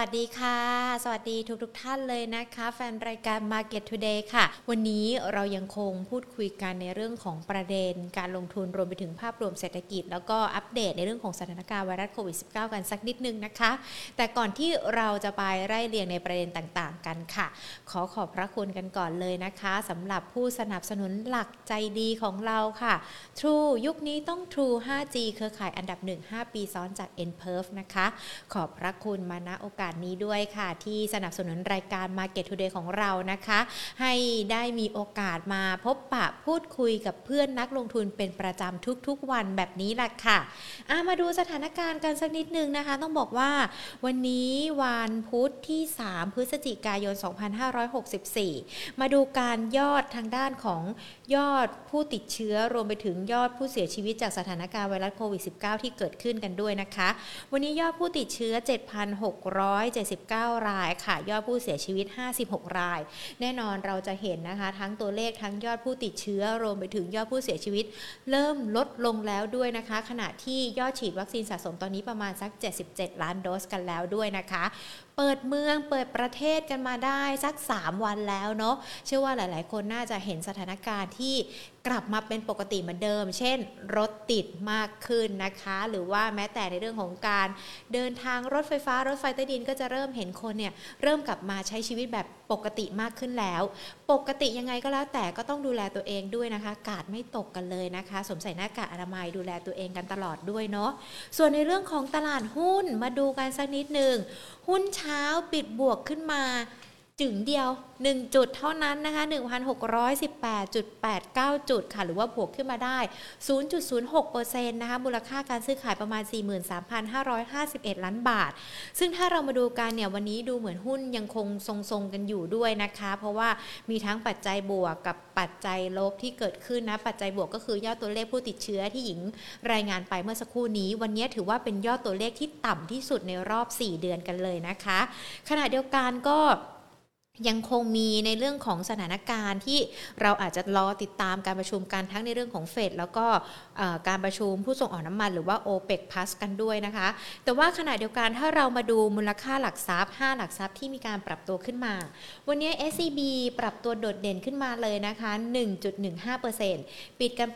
วัสดีค่ะสวัสดีทุกท่านเลยนะคะแฟนรายการ Market Today ค่ะวันนี้เรายังคงพูดคุยกันในเรื่องของประเด็นการลงทุนรวมไปถึงภาพรวมเศรษฐกิจแล้วก็อัปเดตในเรื่องของสถานการณ์ไวรัสโควิด -19 กันสักนิดนึงนะคะแต่ก่อนที่เราจะไปไล่เรียงในประเด็นต่างๆกันค่ะขอบพระคุณกันก่อนเลยนะคะสำหรับผู้สนับสนุนหลักใจดีของเราค่ะ True ยุคนี้ต้อง True 5G เครือข่ายอันดับ 1 5 ปีซ้อนจาก Nperf นะคะขอบพระคุณมาณโอกาสนี้ด้วยค่ะที่สนับสนุนรายการ Market Today ของเรานะคะให้ได้มีโอกาสมาพบปะพูดคุยกับเพื่อนนักลงทุนเป็นประจำทุกๆวันแบบนี้แหละค่ะมาดูสถานการณ์กันสักนิดนึงนะคะต้องบอกว่าวันนี้วันพุธที่3พฤศจิกายน2564มาดูการยอดทางด้านของยอดผู้ติดเชื้อรวมไปถึงยอดผู้เสียชีวิตจากสถานการณ์ไวรัสโควิด -19 ที่เกิดขึ้นกันด้วยนะคะวันนี้ยอดผู้ติดเชื้อ 7,679 รายค่ะยอดผู้เสียชีวิต56รายแน่นอนเราจะเห็นนะคะทั้งตัวเลขทั้งยอดผู้ติดเชื้อรวมไปถึงยอดผู้เสียชีวิตเริ่มลดลงแล้วด้วยนะคะขณะที่ยอดฉีดวัคซีนสะสมตอนนี้ประมาณสัก77ล้านโดสกันแล้วด้วยนะคะเปิดเมืองเปิดประเทศกันมาได้สัก3วันแล้วเนาะเชื่อว่าหลายๆคนน่าจะเห็นสถานการณ์ที่กลับมาเป็นปกติเหมือนเดิมเช่นรถติดมากขึ้นนะคะหรือว่าแม้แต่ในเรื่องของการเดินทางรถไฟฟ้ารถไฟใต้ดินก็จะเริ่มเห็นคนเนี่ยเริ่มกลับมาใช้ชีวิตแบบปกติมากขึ้นแล้วปกติยังไงก็แล้วแต่ก็ต้องดูแลตัวเองด้วยนะคะกาดไม่ตกกันเลยนะคะสวมใส่หน้ากากอนามัยดูแลตัวเองกันตลอดด้วยเนาะส่วนในเรื่องของตลาดหุ้นมาดูกันสักนิดนึงหุ้นเช้าปิดบวกขึ้นมาจึงเดียว1จุดเท่านั้นนะคะ 1,618.89 จุดค่ะหรือว่าบวกขึ้นมาได้ 0.06% นะคะมูลค่าการซื้อขายประมาณ 43,551 ล้านบาทซึ่งถ้าเรามาดูกันเนี่ยวันนี้ดูเหมือนหุ้นยังคงทรงๆกันอยู่ด้วยนะคะเพราะว่ามีทั้งปัจจัยบวกกับปัจจัยลบที่เกิดขึ้นนะปัจจัยบวกก็คือยอดตัวเลขผู้ติดเชื้อที่หญิงรายงานไปเมื่อสักครู่นี้วันนี้ถือว่าเป็นยอดตัวเลขที่ต่ำที่สุดในรอบ4เดือนกันเลยนะคะขณะเดียวกันก็ยังคงมีในเรื่องของสถานการณ์ที่เราอาจจะรอติดตามการประชุมกันทั้งในเรื่องของเฟดแล้วก็การประชุมผู้ส่งออกน้ำมันหรือว่า OPEC Plus กันด้วยนะคะแต่ว่าขณะเดียวกันถ้าเรามาดูมูลค่าหลักทรัพย์5หลักทรัพย์ที่มีการปรับตัวขึ้นมาวันนี้ SCB ปรับตัวโดดเด่นขึ้นมาเลยนะคะ 1.15% ปิดกันไป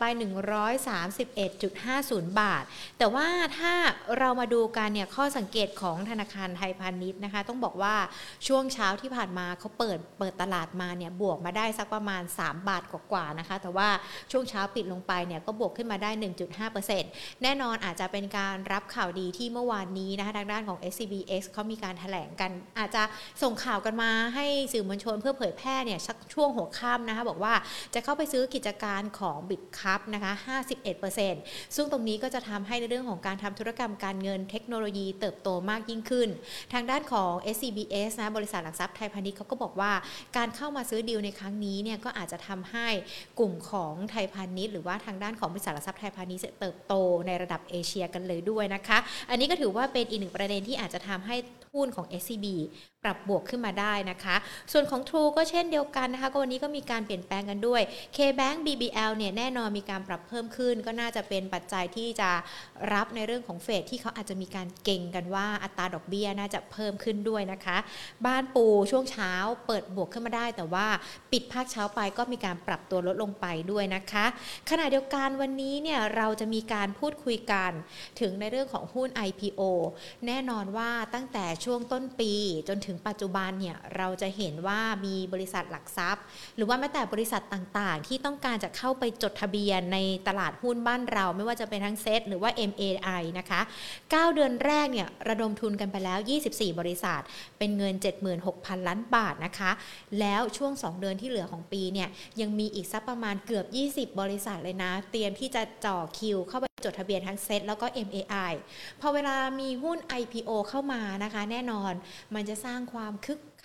131.50 บาทแต่ว่าถ้าเรามาดูกันเนี่ยข้อสังเกตของธนาคารไทยพาณิชย์นะคะต้องบอกว่าช่วงเช้าที่ผ่านมาเขาเปิดตลาดมาเนี่ยบวกมาได้สักประมาณ3บาทกว่าๆนะคะแต่ว่าช่วงเช้าปิดลงไปเนี่ยก็บวกขึ้นมาได้ 1.5% แน่นอนอาจจะเป็นการรับข่าวดีที่เมื่อวานนี้นะคะทางด้านของ SCBX เขามีการแถลงกันอาจจะส่งข่าวกันมาให้สื่อมวลชนเพื่อเผยแพร่เนี่ยสักช่วงหัวค่ำนะคะบอกว่าจะเข้าไปซื้อกิจการของ Bitcup นะคะ 51% ซึ่งตรงนี้ก็จะทำให้ในเรื่องของการทำธุรกรรมการเงินเทคโนโลยีเติบโตมากยิ่งขึ้นทางด้านของ SCBS นะบริษัทหลักทรัพย์ไทยพาณิชย์เขาก็บอกว่าการเข้ามาซื้อดีลในครั้งนี้เนี่ยก็อาจจะทำให้กลุ่มของไทยพาณิชย์หรือว่าทางด้านของบริษัทหลักทรัพย์ไทยพาณิชย์เติบโตในระดับเอเชียกันเลยด้วยนะคะอันนี้ก็ถือว่าเป็นอีกหนึ่งประเด็นที่อาจจะทำให้หุ้นของ SCB ปรับบวกขึ้นมาได้นะคะส่วนของ True ก็เช่นเดียวกันนะคะก็วันนี้ก็มีการเปลี่ยนแปลงกันด้วย KBank BBL เนี่ยแน่นอนมีการปรับเพิ่มขึ้นก็น่าจะเป็นปัจจัยที่จะรับในเรื่องของเฟดที่เขาอาจจะมีการเก่งกันว่าอัตราดอกเบี้ยน่าจะเพิ่มขึ้นด้วยนะคะบ้านปูช่วงเช้าเปิดบวกขึ้นมาได้แต่ว่าปิดภาคเช้าไปก็มีการปรับตัวลดลงไปด้วยนะคะขณะเดียวกันวันนี้เนี่ยเราจะมีการพูดคุยกันถึงในเรื่องของหุ้น IPO แน่นอนว่าตั้งแต่ช่วงต้นปีจนถึงปัจจุบันเนี่ยเราจะเห็นว่ามีบริษัทหลักทรัพย์หรือว่าแม้แต่บริษัทต่างๆที่ต้องการจะเข้าไปจดทะเบียนในตลาดหุ้นบ้านเราไม่ว่าจะเป็นทั้งเซ็ตหรือว่า MAI นะคะ9เดือนแรกเนี่ยระดมทุนกันไปแล้ว24บริษัทเป็นเงิน 76,000 ล้านบาทนะคะแล้วช่วง2เดือนที่เหลือของปีเนี่ยยังมีอีกสักประมาณเกือบ20บริษัทเลยนะเตรียมที่จะจ่อคิวเข้าไปจดทะเบียนทั้งเซ็ตแล้วก็ MAI พอเวลามีหุ้น IPO เข้ามานะคะแน่นอนมันจะสร้างความคึกคัก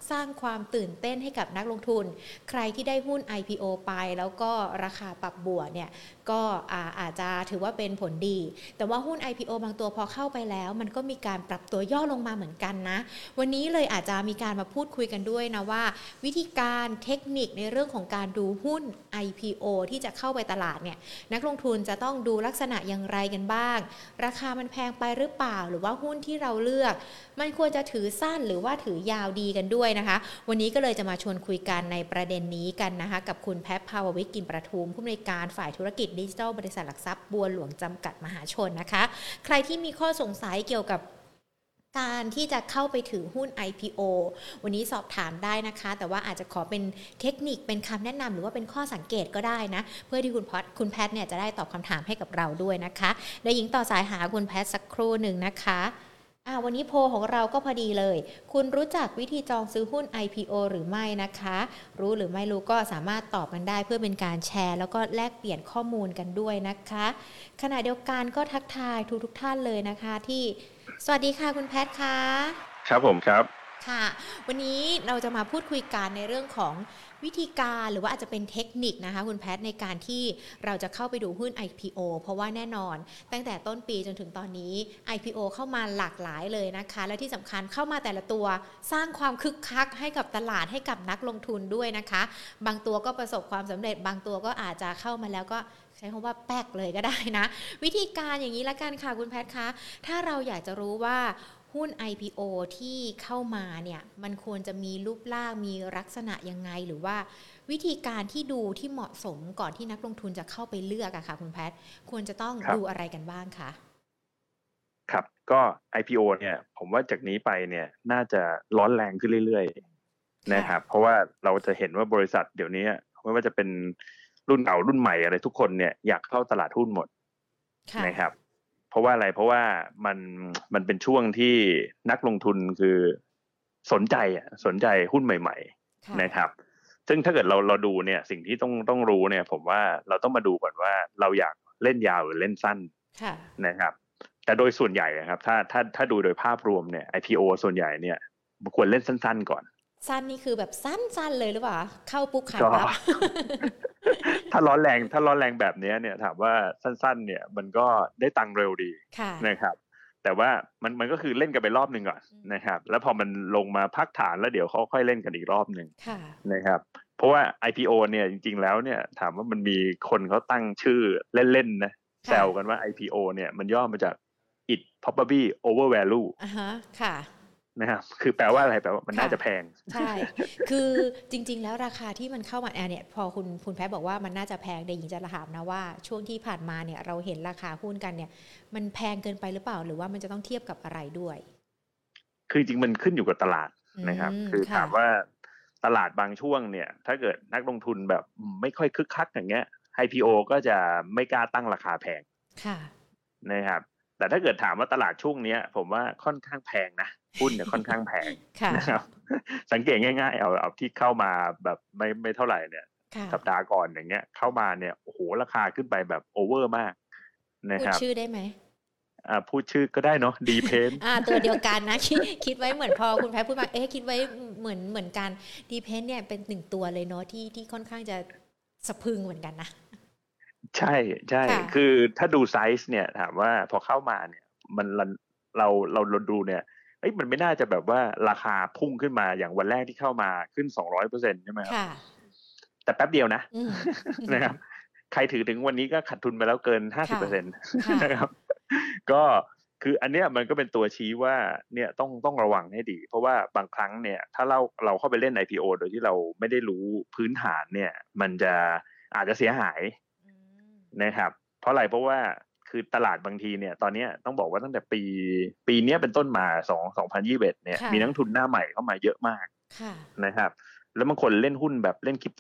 สร้างความตื่นเต้นให้กับนักลงทุนใครที่ได้หุ้น IPO ไปแล้วก็ราคาปรับบวกเนี่ยก็อาจจะถือว่าเป็นผลดีแต่ว่าหุ้น IPO บางตัวพอเข้าไปแล้วมันก็มีการปรับตัวย่อลงมาเหมือนกันนะวันนี้เลยอาจจะมีการมาพูดคุยกันด้วยนะว่าวิธีการเทคนิคในเรื่องของการดูหุ้น IPO ที่จะเข้าไปตลาดเนี่ยนักลงทุนจะต้องดูลักษณะอย่างไรกันบ้างราคามันแพงไปหรือเปล่าหรือว่าหุ้นที่เราเลือกมันควรจะถือสั้นหรือว่าถือยาวดีกันด้วยนะคะวันนี้ก็เลยจะมาชวนคุยกันในประเด็นนี้กันนะคะกับคุณแพทย์ภาววิทย์ กินประทุมผู้อำนวยการฝ่ายธุรกิจดิจิทัลบริษัทหลักทรัพย์บัวหลวงจำกัดมหาชนนะคะใครที่มีข้อสงสัยเกี่ยวกับการที่จะเข้าไปถือหุ้น IPO วันนี้สอบถามได้นะคะแต่ว่าอาจจะขอเป็นเทคนิคเป็นคำแนะนำหรือว่าเป็นข้อสังเกตก็ได้นะเพื่อที่คุณแพทย์เนี่ยจะได้ตอบคำถามให้กับเราด้วยนะคะเดี๋ยวหญิงต่อสายหาคุณแพทย์สักครู่หนึ่งนะคะวันนี้โพลของเราก็พอดีเลยคุณรู้จักวิธีจองซื้อหุ้น IPO หรือไม่นะคะรู้หรือไม่รู้ก็สามารถตอบกันได้เพื่อเป็นการแชร์แล้วก็แลกเปลี่ยนข้อมูลกันด้วยนะคะขณะเดียวกันก็ทักทายทุกท่านเลยนะคะที่สวัสดีค่ะคุณแพทย์ค่ะครับผมครับค่ะวันนี้เราจะมาพูดคุยกันในเรื่องของวิธีการหรือว่าอาจจะเป็นเทคนิคนะคะคุณแพทย์ในการที่เราจะเข้าไปดูหุ้น IPO เพราะว่าแน่นอนตั้งแต่ต้นปีจนถึงตอนนี้ IPO เข้ามาหลากหลายเลยนะคะและที่สำคัญเข้ามาแต่ละตัวสร้างความคึกคักให้กับตลาดให้กับนักลงทุนด้วยนะคะบางตัวก็ประสบความสำเร็จบางตัวก็อาจจะเข้ามาแล้วก็ใช้คำว่าแป๊กเลยก็ได้นะวิธีการอย่างนี้ละกันค่ะคุณแพทย์คะถ้าเราอยากจะรู้ว่าหุ้น IPO ที่เข้ามาเนี่ยมันควรจะมีรูปร่างมีลักษณะยังไงหรือว่าวิธีการที่ดูที่เหมาะสมก่อนที่นักลงทุนจะเข้าไปเลือกอะค่ะคุณแพทย์ควรจะต้องดูอะไรกันบ้างคะครับก็ IPO เนี่ยผมว่าจากนี้ไปเนี่ยน่าจะร้อนแรงขึ้นเรื่อยๆนะครับเพราะว่าเราจะเห็นว่าบริษัทเดี๋ยวนี้ไม่ว่าจะเป็นรุ่นเก่ารุ่นใหม่อะไรทุกคนเนี่ยอยากเข้าตลาดหุ้นหมดนะครับเพราะว่าอะไรเพราะว่ามันเป็นช่วงที่นักลงทุนคือสนใจหุ้นใหม่ๆนะครับซึ่งถ้าเกิดเราดูเนี่ยสิ่งที่ต้องรู้เนี่ยผมว่าเราต้องมาดูก่อนว่าเราอยากเล่นยาวหรือเล่นสั้นนะครับแต่โดยส่วนใหญ่ครับถ้าดูโดยภาพรวมเนี่ย IPO ส่วนใหญ่เนี่ยควรเล่นสั้นๆก่อนสั้นนี่คือแบบสั้นๆเลยหรือเปล่าเข้าปุ๊บขายปั๊บถ้าร้อนแรงแบบนี้เนี่ยถามว่าสั้นๆเนี่ยมันก็ได้ตังค์เร็วดีนะครับแต่ว่ามันก็คือเล่นกันไปรอบนึงก่อนนะครับแล้วพอมันลงมาพักฐานแล้วเดี๋ยวเขาค่อยเล่นกันอีกรอบนึงนะครับเพราะว่า IPO เนี่ยจริงๆแล้วเนี่ยถามว่ามันมีคนเขาตั้งชื่อเล่นๆนะแซวกันว่า IPO เนี่ยมันย่อมาจาก it probably over value ค่ะนะครับคือแปลว่าอะไรแปลว่ามันน่าจะแพงใช่คือจริงๆแล้วราคาที่มันเข้ามาเนี่ยพอคุณแพทบอกว่ามันน่าจะแพงเดี๋ยวหญิงจะถามนะว่าช่วงที่ผ่านมาเนี่ยเราเห็นราคาหุ้นกันเนี่ยมันแพงเกินไปหรือเปล่าหรือว่ามันจะต้องเทียบกับอะไรด้วยคือจริงมันขึ้นอยู่กับตลาดนะครับคือถามว่าตลาดบางช่วงเนี่ยถ้าเกิดนักลงทุนแบบไม่ค่อยคึกคักอย่างเงี้ย IPO ก็จะไม่กล้าตั้งราคาแพงนะครับแต่ถ้าเกิดถามว่าตลาดช่วงนี้ผมว่าค่อนข้างแพงนะหุ้นเนี่ยค่อนข้างแพงนะครับสังเกตง่ายๆเอาที่เข้ามาแบบไม่เท่าไหร่เนี่ยสัปดาห์ก่อนอย่างเงี้ยเข้ามาเนี่ยโอ้โหราคาขึ้นไปแบบโอเวอร์มากนะครับพูดชื่อได้ไหมพูดชื่อก็ได้เนาะดีเพนตัวเดียวกันนะคิดไว้เหมือนพอคุณแพทพูดมาคิดไว้เหมือนกันดีเพนเนี่ยเป็นหนึ่งตัวเลยเนาะที่ค่อนข้างจะสะพึงเหมือนกันนะใช่คือถ้าดูไซส์เนี่ยถามว่าพอเข้ามาเนี่ยมันเราดูเนี่ยมันไม่น่าจะแบบว่าราคาพุ่งขึ้นมาอย่างวันแรกที่เข้ามาขึ้น 200% ใช่ไหมครับแต่แป๊บเดียวนะนะครับใครถือถึงวันนี้ก็ขาดทุนไปแล้วเกิน 50% นะครับก็คืออันเนี้ยมันก็เป็นตัวชี้ว่าเนี่ยต้องระวังให้ดีเพราะว่าบางครั้งเนี่ยถ้าเราเข้าไปเล่น IPO โดยที่เราไม่ได้รู้พื้นฐานเนี่ยมันจะอาจจะเสียหายนะครับเพราะอะไรเพราะว่าคือตลาดบางทีเนี่ยตอนนี้ต้องบอกว่าตั้งแต่ปีนี้เป็นต้นมา2021เนี่ยมีนักทุนหน้าใหม่เข้ามาเยอะมากนะครับแล้วบางคนเล่นหุ้นแบบเล่นคริปโต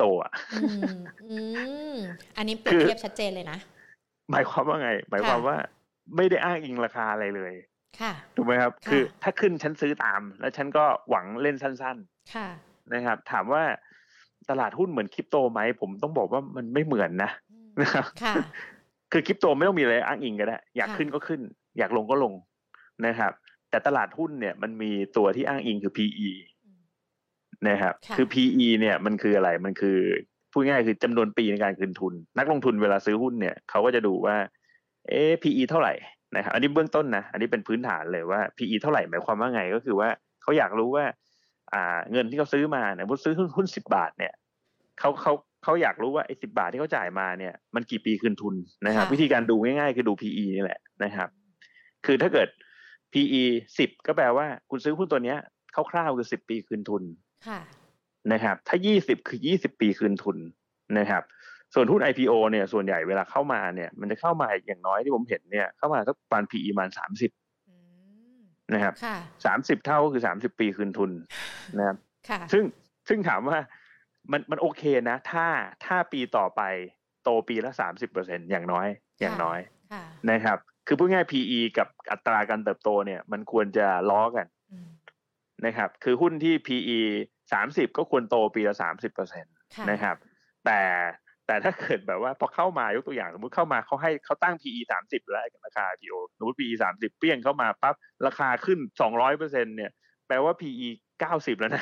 อันนี้เปรียบเทียบชัดเจนเลยนะหมายความว่าไงหมายความว่าไม่ได้อ้างอิงราคาอะไรเลยถูกไหมครับคือถ้าขึ้นฉันซื้อตามแล้วฉันก็หวังเล่นสั้นๆนะครับถามว่าตลาดหุ้นเหมือนคริปโตไหมผมต้องบอกว่ามันไม่เหมือนนะครับคือคริปโตไม่ต้องมีอะไรอ้างอิงก็ได้อยากขึ้นก็ขึ้นอยากลงก็ลงนะครับแต่ตลาดหุ้นเนี่ยมันมีตัวที่อ้างอิงคือ PE นะครับคือ PE เนี่ยมันคืออะไรมันคือพูดง่ายคือจำนวนปีในการคืนทุนนักลงทุนเวลาซื้อหุ้นเนี่ยเขาก็จะดูว่าPE เท่าไหร่นะครับอันนี้เบื้องต้นนะอันนี้เป็นพื้นฐานเลยว่า PE เท่าไหร่หมายความว่าไงก็คือว่าเขาอยากรู้ว่าเงินที่เขาซื้อมาเนี่ยซื้อหุ้น10 บาทเนี่ยเขาอยากรู้ว่าไอ้10 บาทที่เขาจ่ายมาเนี่ยมันกี่ปีคืนทุนนะครับวิธีการดูง่ายๆคือดู PE นี่แหละนะครับคือถ้าเกิด PE 10ก็แปลว่าคุณซื้อหุ้นตัวเนี้ยคร่าวๆคือ10 ปีคืนทุนนะครับถ้า20คือ20 ปีคืนทุนนะครับส่วนหุ้น IPO เนี่ยส่วนใหญ่เวลาเข้ามาเนี่ยมันจะเข้ามาอย่างน้อยที่ผมเห็นเนี่ยเข้ามาสักประมาณ PE ประมาณ30นะครับ30เท่าก็คือ30 ปีคืนทุนนะครับซึ่งถามว่ามันโอเคนะถ้าปีต่อไปโตปีละ 30% อย่างน้อยนะครับคือพูดง่าย PE กับอัตราการเติบโตเนี่ยมันควรจะล้อกันนะครับคือหุ้นที่ PE 30ก็ควรโตปีละ 30% นะครับแต่ถ้าเกิดแบบว่าพอเข้ามายกตัวอย่างสมมุติเข้ามาเขาตั้ง PE 30แล้วกับราคา IPO สมมุติ PE 30เปรี้ยงเข้ามาปั๊บราคาขึ้น 200% เนี่ยแปลว่า PE 90แล้วนะ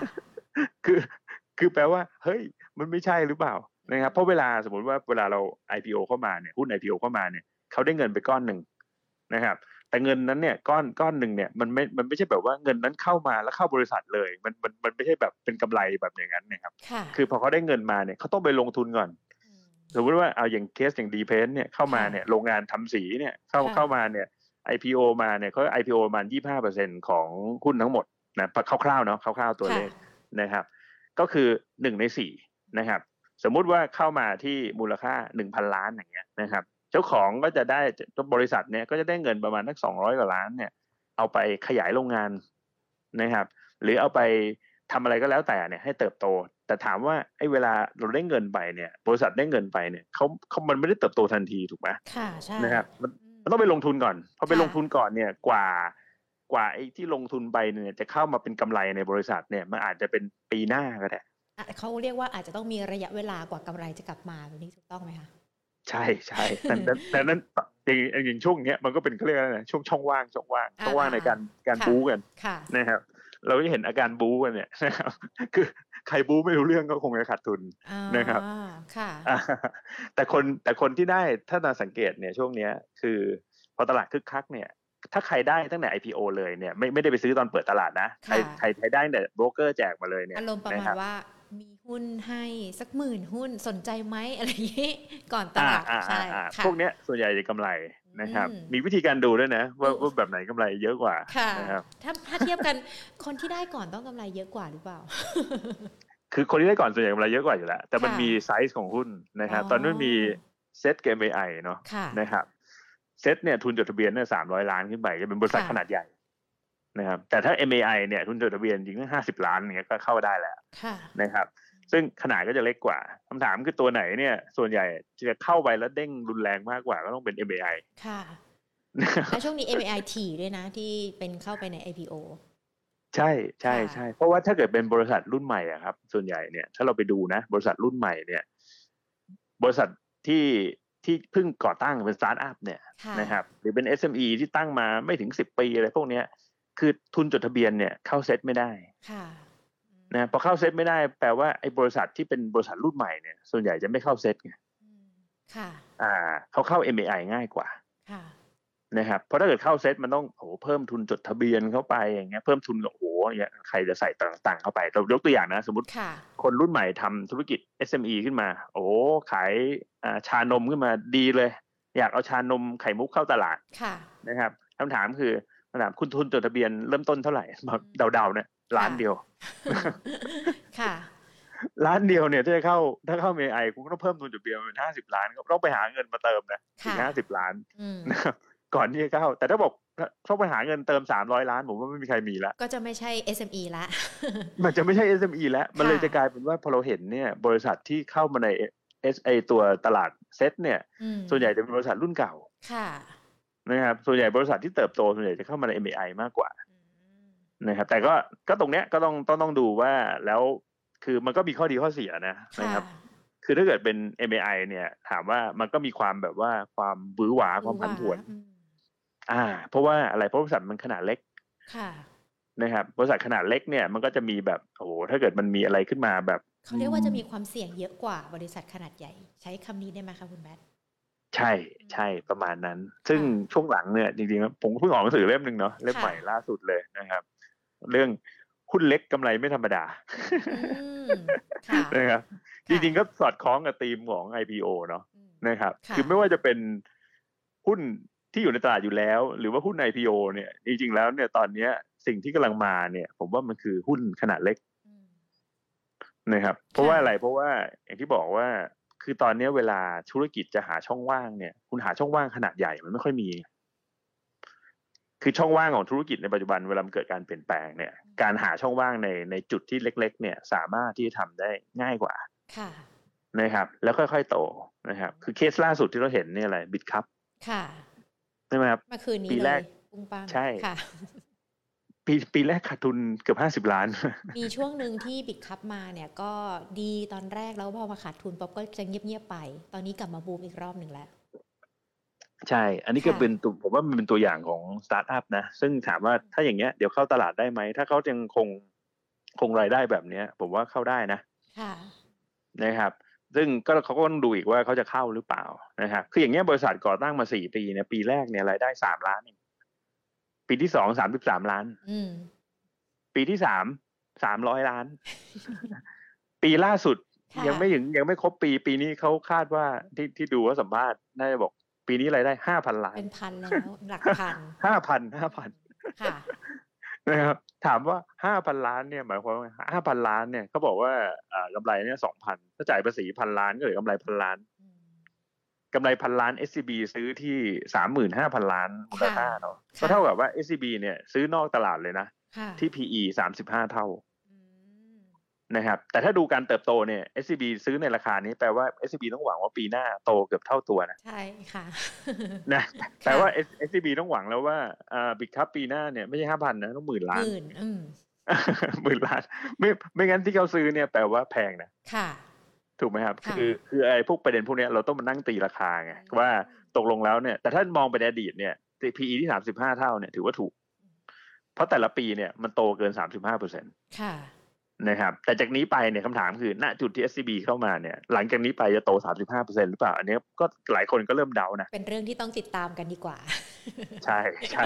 คือแปลว่าเฮ้ยมันไม่ใช่หรือเปล่านะครับเพราะสมมติว่าเวลาเรา IPO เข้ามาเนี่ยหุ้น IPO เข้ามาเนี่ยเขาได้เงินไปก้อนหนึ่งนะครับแต่เงินนั้นเนี่ยก้อนหนึ่งเนี่ยมันไม่ใช่แบบว่าเงินนั้นเข้ามาแล้วเข้าบริษัทเลยมันไม่ใช่แบบเป็นกำไรแบบอย่างนั้นนะครับคือพอเขาได้เงินมาเนี่ยเขาต้องไปลงทุนก่อนสมมติว่าเอาอย่างเคสอย่างดีเพนเนี่ยเข้ามาเนี่ยโรงงานทำสีเนี่ยเข้ามาเนี่ย IPO มาเนี่ยเขา IPO ประมาณ 25% ของหุ้นทั้งหมดนะคร่าวๆเนาะคร่าวๆตัวเลขนะครับก็คือ1 ใน 4นะครับสมมุติว่าเข้ามาที่มูลค่า 1,000 ล้านอย่างเงี้ยนะครับเจ้าของก็จะได้บริษัทเนี่ยก็จะได้เงินประมาณสัก200 กว่าล้านเนี่ยเอาไปขยายโรงงานนะครับหรือเอาไปทำอะไรก็แล้วแต่เนี่ยให้เติบโตแต่ถามว่าไอ้เวลาเราได้เงินไปเนี่ยบริษัทได้เงินไปเนี่ยมันไม่ได้เติบโตทันทีถูกไหมค่ะใช่นะครับมันต้องไปลงทุนก่อนพอไปลงทุนก่อนเนี่ยกว่าไอ้ที่ลงทุนไปเนี่ยจะเข้ามาเป็นกำไรในบริษัทเนี่ยมันอาจจะเป็นปีหน้าก็ได้เขาเรียกว่าอาจจะต้องมีระยะเวลากว่ากำไรจะกลับมาแบบนี้ถูกต้องไหมคะใช่แต่นั้นอย่างช่วงเนี้ยมันก็เป็นเขาเรียกอะไรนะช่องว่างในการบู๊กันนะครับเราจะเห็นอาการบู๊กันเนี่ยนะครับคือใครบู๊ไม่รู้เรื่องก็คงจะขาดทุนนะครับแต่คนที่ได้ถ้าเราสังเกตเนี่ยช่วงเนี้ยคือพอตลาดคึกคักเนี่ยถ้าใครได้ตั้งแต่ IPO เลยเนี่ยไม่ได้ไปซื้อตอนเปิดตลาดนะใครได้แต่โบรกเกอร์แจกมาเลยเนี่ยอารมณ์ประมาณว่ามีหุ้นให้สัก10,000 หุ้นสนใจไหมอะไรอย่างนี้ก่อนตลาดใช่พวกเนี้ยส่วนใหญ่จะกำไรนะครับมีวิธีการดูด้วยนะว่าแบบไหนกำไรเยอะกว่านะครับถ้าเทียบกันคนที่ได้ก่อนต้องกำไรเยอะกว่าหรือเปล่าคือคนที่ได้ก่อนส่วนใหญ่กำไรเยอะกว่าอยู่แล้วแต่มันมีไซส์ของหุ้นนะครับตอนนั้นมีเซ็ตกับ MAI เนาะนะครับเซ็ตเนี่ยทุนจดทะเบียนเนี่ย300 ล้านขึ้นไปจะเป็นบริษัทขนาดใหญ่นะครับแต่ถ้า MAI เนี่ยทุนจดทะเบียนจริงๆ50 ล้านอย่างเงี้ยก็เข้าได้แล้วนะครับซึ่งขนาดก็จะเล็กกว่าคำถามคือตัวไหนเนี่ยส่วนใหญ่จะเข้าไปแล้วเด้งรุนแรงมากกว่าก็ต้องเป็น MAI ค่ะและช่วงนี้ MAI ถี่ด้วยนะที่เป็นเข้าไปใน IPO ใช่เพราะว่าถ้าเกิดเป็นบริษัทรุ่นใหม่อะครับส่วนใหญ่เนี่ยถ้าเราไปดูนะบริษัทรุ่นใหม่เนี่ยบริษัทที่เพิ่งก่อตั้งเป็นสตาร์ทอัพเนี่ยนะครับหรือเป็น SME ที่ตั้งมาไม่ถึง10 ปีอะไรพวกนี้คือทุนจดทะเบียนเนี่ยเข้าเซ็ตไม่ได้นะพอเข้าเซ็ตไม่ได้แปลว่าไอ้บริษัทที่เป็นบริษัทรุ่นใหม่เนี่ยส่วนใหญ่จะไม่เข้าเซ็ตไงเขาเข้า MAI ง่ายกว่านะครับเพราะถ้าเกิดเข้าเซ็ตมันต้องเพิ่มทุนจดทะเบียนเข้าไปอย่างเงี้ยเพิ่มทุนเนี่ยใครจะใส่ต่างๆเข้าไปเรายกตัวอย่างนะสมมติคนรุ่นใหม่ทำธุรกิจ SME ขึ้นมาขายชานมขึ้นมาดีเลยอยากเอาชานมไข่มุกเข้าตลาดนะครับคำถามคือคุณทุนจดทะเบียนเริ่มต้นเท่าไหร่เดาๆเนี่ย1,000,000 ค่ะ 1,000,000เนี่ยถ้าเข้า MAI คุณก็ต้องเพิ่มทุนจดทะเบียนเป็น50 ล้านก็ต้องไปหาเงินมาเติมนะถึง50 ล้านนะครับก่อนที่จะเข้าแต่ถ้าบอกต้องไปหาเงินเติม300 ล้านผมว่าไม่มีใครมีแล้วก็จะไม่ใช่ SME ละมันจะไม่ใช่ SME แล้วมันเลยจะกลายเป็นว่าพอเราเห็นเนี่ยบริษัทที่เข้ามาใน SA ตัวตลาดเซ็ตเนี่ยส่วนใหญ่จะเป็นบริษัทรุ่นเก่านะครับส่วนใหญ่บริษัทที่เติบโตส่วนใหญ่จะเข้ามาใน MAI มากกว่านะครับแต่ก็ตรงเนี้ยก็ต้องดูว่าแล้วคือมันก็มีข้อดีข้อเสียนะครับคือถ้าเกิดเป็น MAI เนี่ยถามว่ามันก็มีความแบบว่าความบื้อหวาความผันผวนเพราะว่าอะไรเพราะบริษัทมันขนาดเล็กนะครับบริษัทขนาดเล็กเนี่ยมันก็จะมีแบบโอ้โหถ้าเกิดมันมีอะไรขึ้นมาแบบเขาเรียกว่าจะมีความเสี่ยงเยอะกว่าบริษัทขนาดใหญ่ใช้คำนี้ได้ไหมคะคุณแบทใช่ใช่ประมาณนั้นซึ่งช่วงหลังเนี่ยจริงๆผมเพิ่งออกหนังสือเล่มหนึ่งเนาะเล่มใหม่ล่าสุดเลยนะครับเรื่องหุ้นเล็กกำไรไม่ธรรมดานะครับจริงๆก็สอดคล้องกับธีมของ IPO เนาะนะครับคือไม่ว่าจะเป็นหุ้นที่อยู่ในตลาดอยู่แล้วหรือว่าหุ้น IPO เนี่ยจริงๆแล้วเนี่ยตอนนี้สิ่งที่กำลังมาเนี่ยผมว่ามันคือหุ้นขนาดเล็กนะครับเพราะว่าอะไรเพราะว่าอย่างที่บอกว่าคือตอนนี้เวลาธุรกิจจะหาช่องว่างเนี่ยคุณหาช่องว่างขนาดใหญ่มันไม่ค่อยมีคือช่องว่างของธุรกิจในปัจจุบันเวลาเกิดการเปลี่ยนแปลงเนี่ยการหาช่องว่างในจุดที่เล็กๆเนี่ยสามารถที่จะทำได้ง่ายกว่านะครับแล้วค่อยๆโตนะครับคือเคสล่าสุดที่เราเห็นเนี่ยอะไรบิตคัพใช่ไหมครับเมื่อคืนนี้ปีแรกใช่ปีแรกขาดทุนเกือบ50 ล้านมีช่วงหนึ่งที่บิตคัพมาเนี่ยก็ดีตอนแรกแล้วพอมาขาดทุนป๊อบก็จะเงียบๆไปตอนนี้กลับมาบูมอีกรอบหนึ่งแล้วใช่อันนี้ก็เป็นตัวผมว่ามันเป็นตัวอย่างของสตาร์ทอัพนะซึ่งถามว่าถ้าอย่างเงี้ยเดี๋ยวเข้าตลาดได้ไหมถ้าเขายังคงรายได้แบบเนี้ยผมว่าเข้าได้นะนะครับซึ่งก็เขาก็ต้องดูอีกว่าเขาจะเข้าหรือเปล่านะครับคืออย่างเงี้ยบริษัทก่อตั้งมา4 ปีเนี่ยปีแรกเนี่ยรายได้3 ล้านปีที่2 33 ล้านปีที่3 300 ล้านปีล่าสุดยังไม่ครบปีนี้เขาคาดว่าที่ดูว่าสัมภาษณ์น่าจะบอกปีนี้รายได้ 5,000 ล้านเป็นพันแล้วหลักพัน 5,000ค่ะนะครับถามว่า 5,000 ล้านเนี่ยหมายความว่า 5,000 ล้านเนี่ยเขาบอกว่ากำไรเนี่ย 2,000 ถ้าจ่ายภาษี 1,000 ล้านก็เหลือกำไร 1,000 ล้านกำไร 1,000 ล้าน SCB ซื้อที่ 35,000 ล้านมูลค่าเนาะก็เท่ากับว่า SCB เนี่ยซื้อนอกตลาดเลยนะที่ PE 35 เท่านะครับแต่ถ้าดูการเติบโตเนี่ย SCB ซื้อในราคานี้แปลว่า SCB ต้องหวังว่าปีหน้าโตเกือบเท่าตัวนะใช่ค่ะนะแปลว่า SCB ต้องหวังแล้วว่าบิตคัพปีหน้าเนี่ยไม่ใช่ 5,000 นะต้อง10,000 ล้าน10,000 ล้านไม่งั้นที่เขาซื้อเนี่ยแปลว่าแพงนะค่ะถูกไหมครับคือไอ้พวกประเด็นพวกนี้เราต้องมานั่งตีราคาไงว่าตกลงแล้วเนี่ยแต่ถ้ามองไปในอดีตเนี่ย PE ที่35 เท่าเนี่ยถือว่าถูกเพราะแต่ละปีเนี่ยมันโตเกิน 35% ค่ะนะครับแต่จากนี้ไปเนี่ยคำถามคือณจุดที่ SCB เข้ามาเนี่ยหลังจากนี้ไปจะโต 35% หรือเปล่าอันนี้ก็หลายคนก็เริ่มเดานะเป็นเรื่องที่ต้องติดตามกันดีกว่าใช่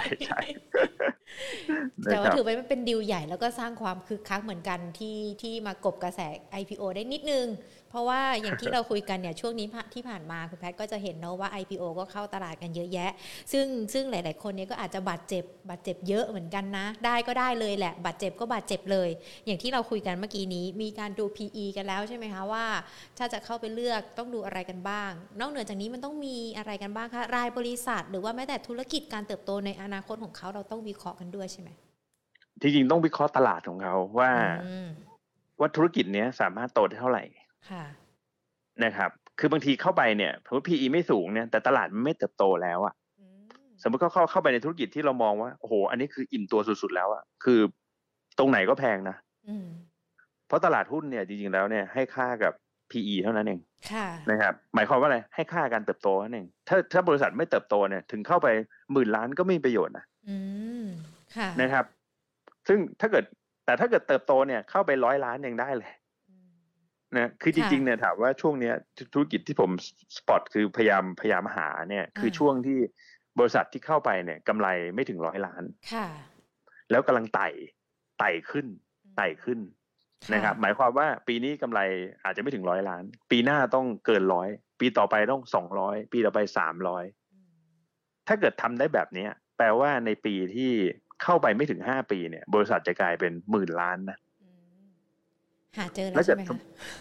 แต่ว่าถือว่ามันเป็นดีลใหญ่แล้วก็สร้างความคึกคักเหมือนกันที่มากบกระแส IPO ได้นิดนึงเพราะว่าอย่างที่เราคุยกันเนี่ยช่วงนี้ที่ผ่านมาคุณแพทก็จะเห็นเนาะว่า IPO ก็เข้าตลาดกันเยอะแยะซึ่งหลายๆคนเนี่ยก็อาจจะบาดเจ็บเยอะเหมือนกันนะได้ก็ได้เลยแหละบาดเจ็บก็บาดเจ็บเลยอย่างที่เราคุยกันเมื่อกี้นี้มีการดู PE กันแล้วใช่ไหมคะว่าถ้าจะเข้าไปเลือกต้องดูอะไรกันบ้างนอกเหนือจากนี้มันต้องมีอะไรกันบ้างคะรายบริษัทหรือว่าแม้แต่ธุรกิจการเติบโตในอนาคตของเขาเราต้องวิเคราะห์กันด้วยใช่ไหมจริงๆต้องวิเคราะห์ตลาดของเขาว่าธุรกิจนี้สามารถโตได้เท่าไหร่นะครับคือบางทีเข้าไปเนี่ยสมมติ PE ไม่สูงเนี่ยแต่ตลาดมันไม่เติบโตแล้วอ่ะสมมติเข้าไปในธุรกิจที่เรามองว่าโอ้โหอันนี้คืออิ่มตัวสุดๆแล้วอ่ะคือตรงไหนก็แพงนะเพราะตลาดหุ้นเนี่ยจริงๆแล้วเนี่ยให้ค่ากับ PE เท่านั้นเองนะครับหมายความว่าอะไรให้ค่าการเติบโตนั่นเองถ้าบริษัทไม่เติบโตเนี่ยถึงเข้าไป10,000 ล้านก็ไม่มีประโยชน์นะนะครับซึ่งถ้าเกิดเติบโตเนี่ยเข้าไป100 ล้านยังได้เลยนะคือจริงๆเนี่ยถามว่าช่วงนี้ธุรกิจที่ผมสปอตคือพยายามหาเนี่ยคือช่วงที่บริษัทที่เข้าไปเนี่ยกำไรไม่ถึง100 ล้านแล้วกำลังไต่ขึ้นนะครับหมายความว่าปีนี้กำไรอาจจะไม่ถึง100 ล้านปีหน้าต้องเกิน100ปีต่อไปต้อง200ปีต่อไป300ถ้าเกิดทำได้แบบนี้แปลว่าในปีที่เข้าไปไม่ถึง5 ปีเนี่ยบริษัทจะกลายเป็น10,000 ล้านนะหาเจอแล้วใช่ไหมคะ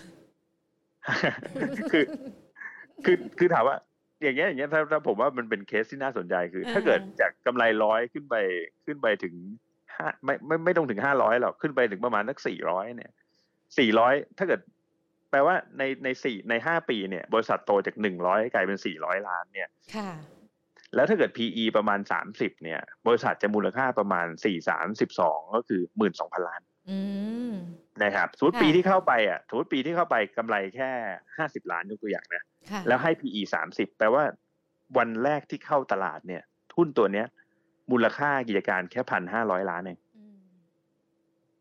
คือถามว่าอย่างเงี้ยถ้าผมว่ามันเป็นเคสที่น่าสนใจคือถ้าเกิดจากกำไร100ขึ้นไปถึงไม่ต้องถึง500หรอกขึ้นไปถึงประมาณสัก400เนี่ย400ถ้าเกิดแปลว่าใน5 ปีเนี่ยบริษัทโตจาก100กลายเป็น400 ล้านเนี่ยแล้วถ้าเกิด PE ประมาณ30เนี่ยบริษัทจะมูลค่าประมาณ4-3-12ก็คือ 12,000 ล้านนะครับสมมติปีที่เข้าไปกำไรแค่50 ล้านยกตัวอย่างนะแล้วให้ PE 30แปลว่าวันแรกที่เข้าตลาดเนี่ยหุ้นตัวเนี้ยมูลค่ากิจการแค่ 1,500 ล้านเอง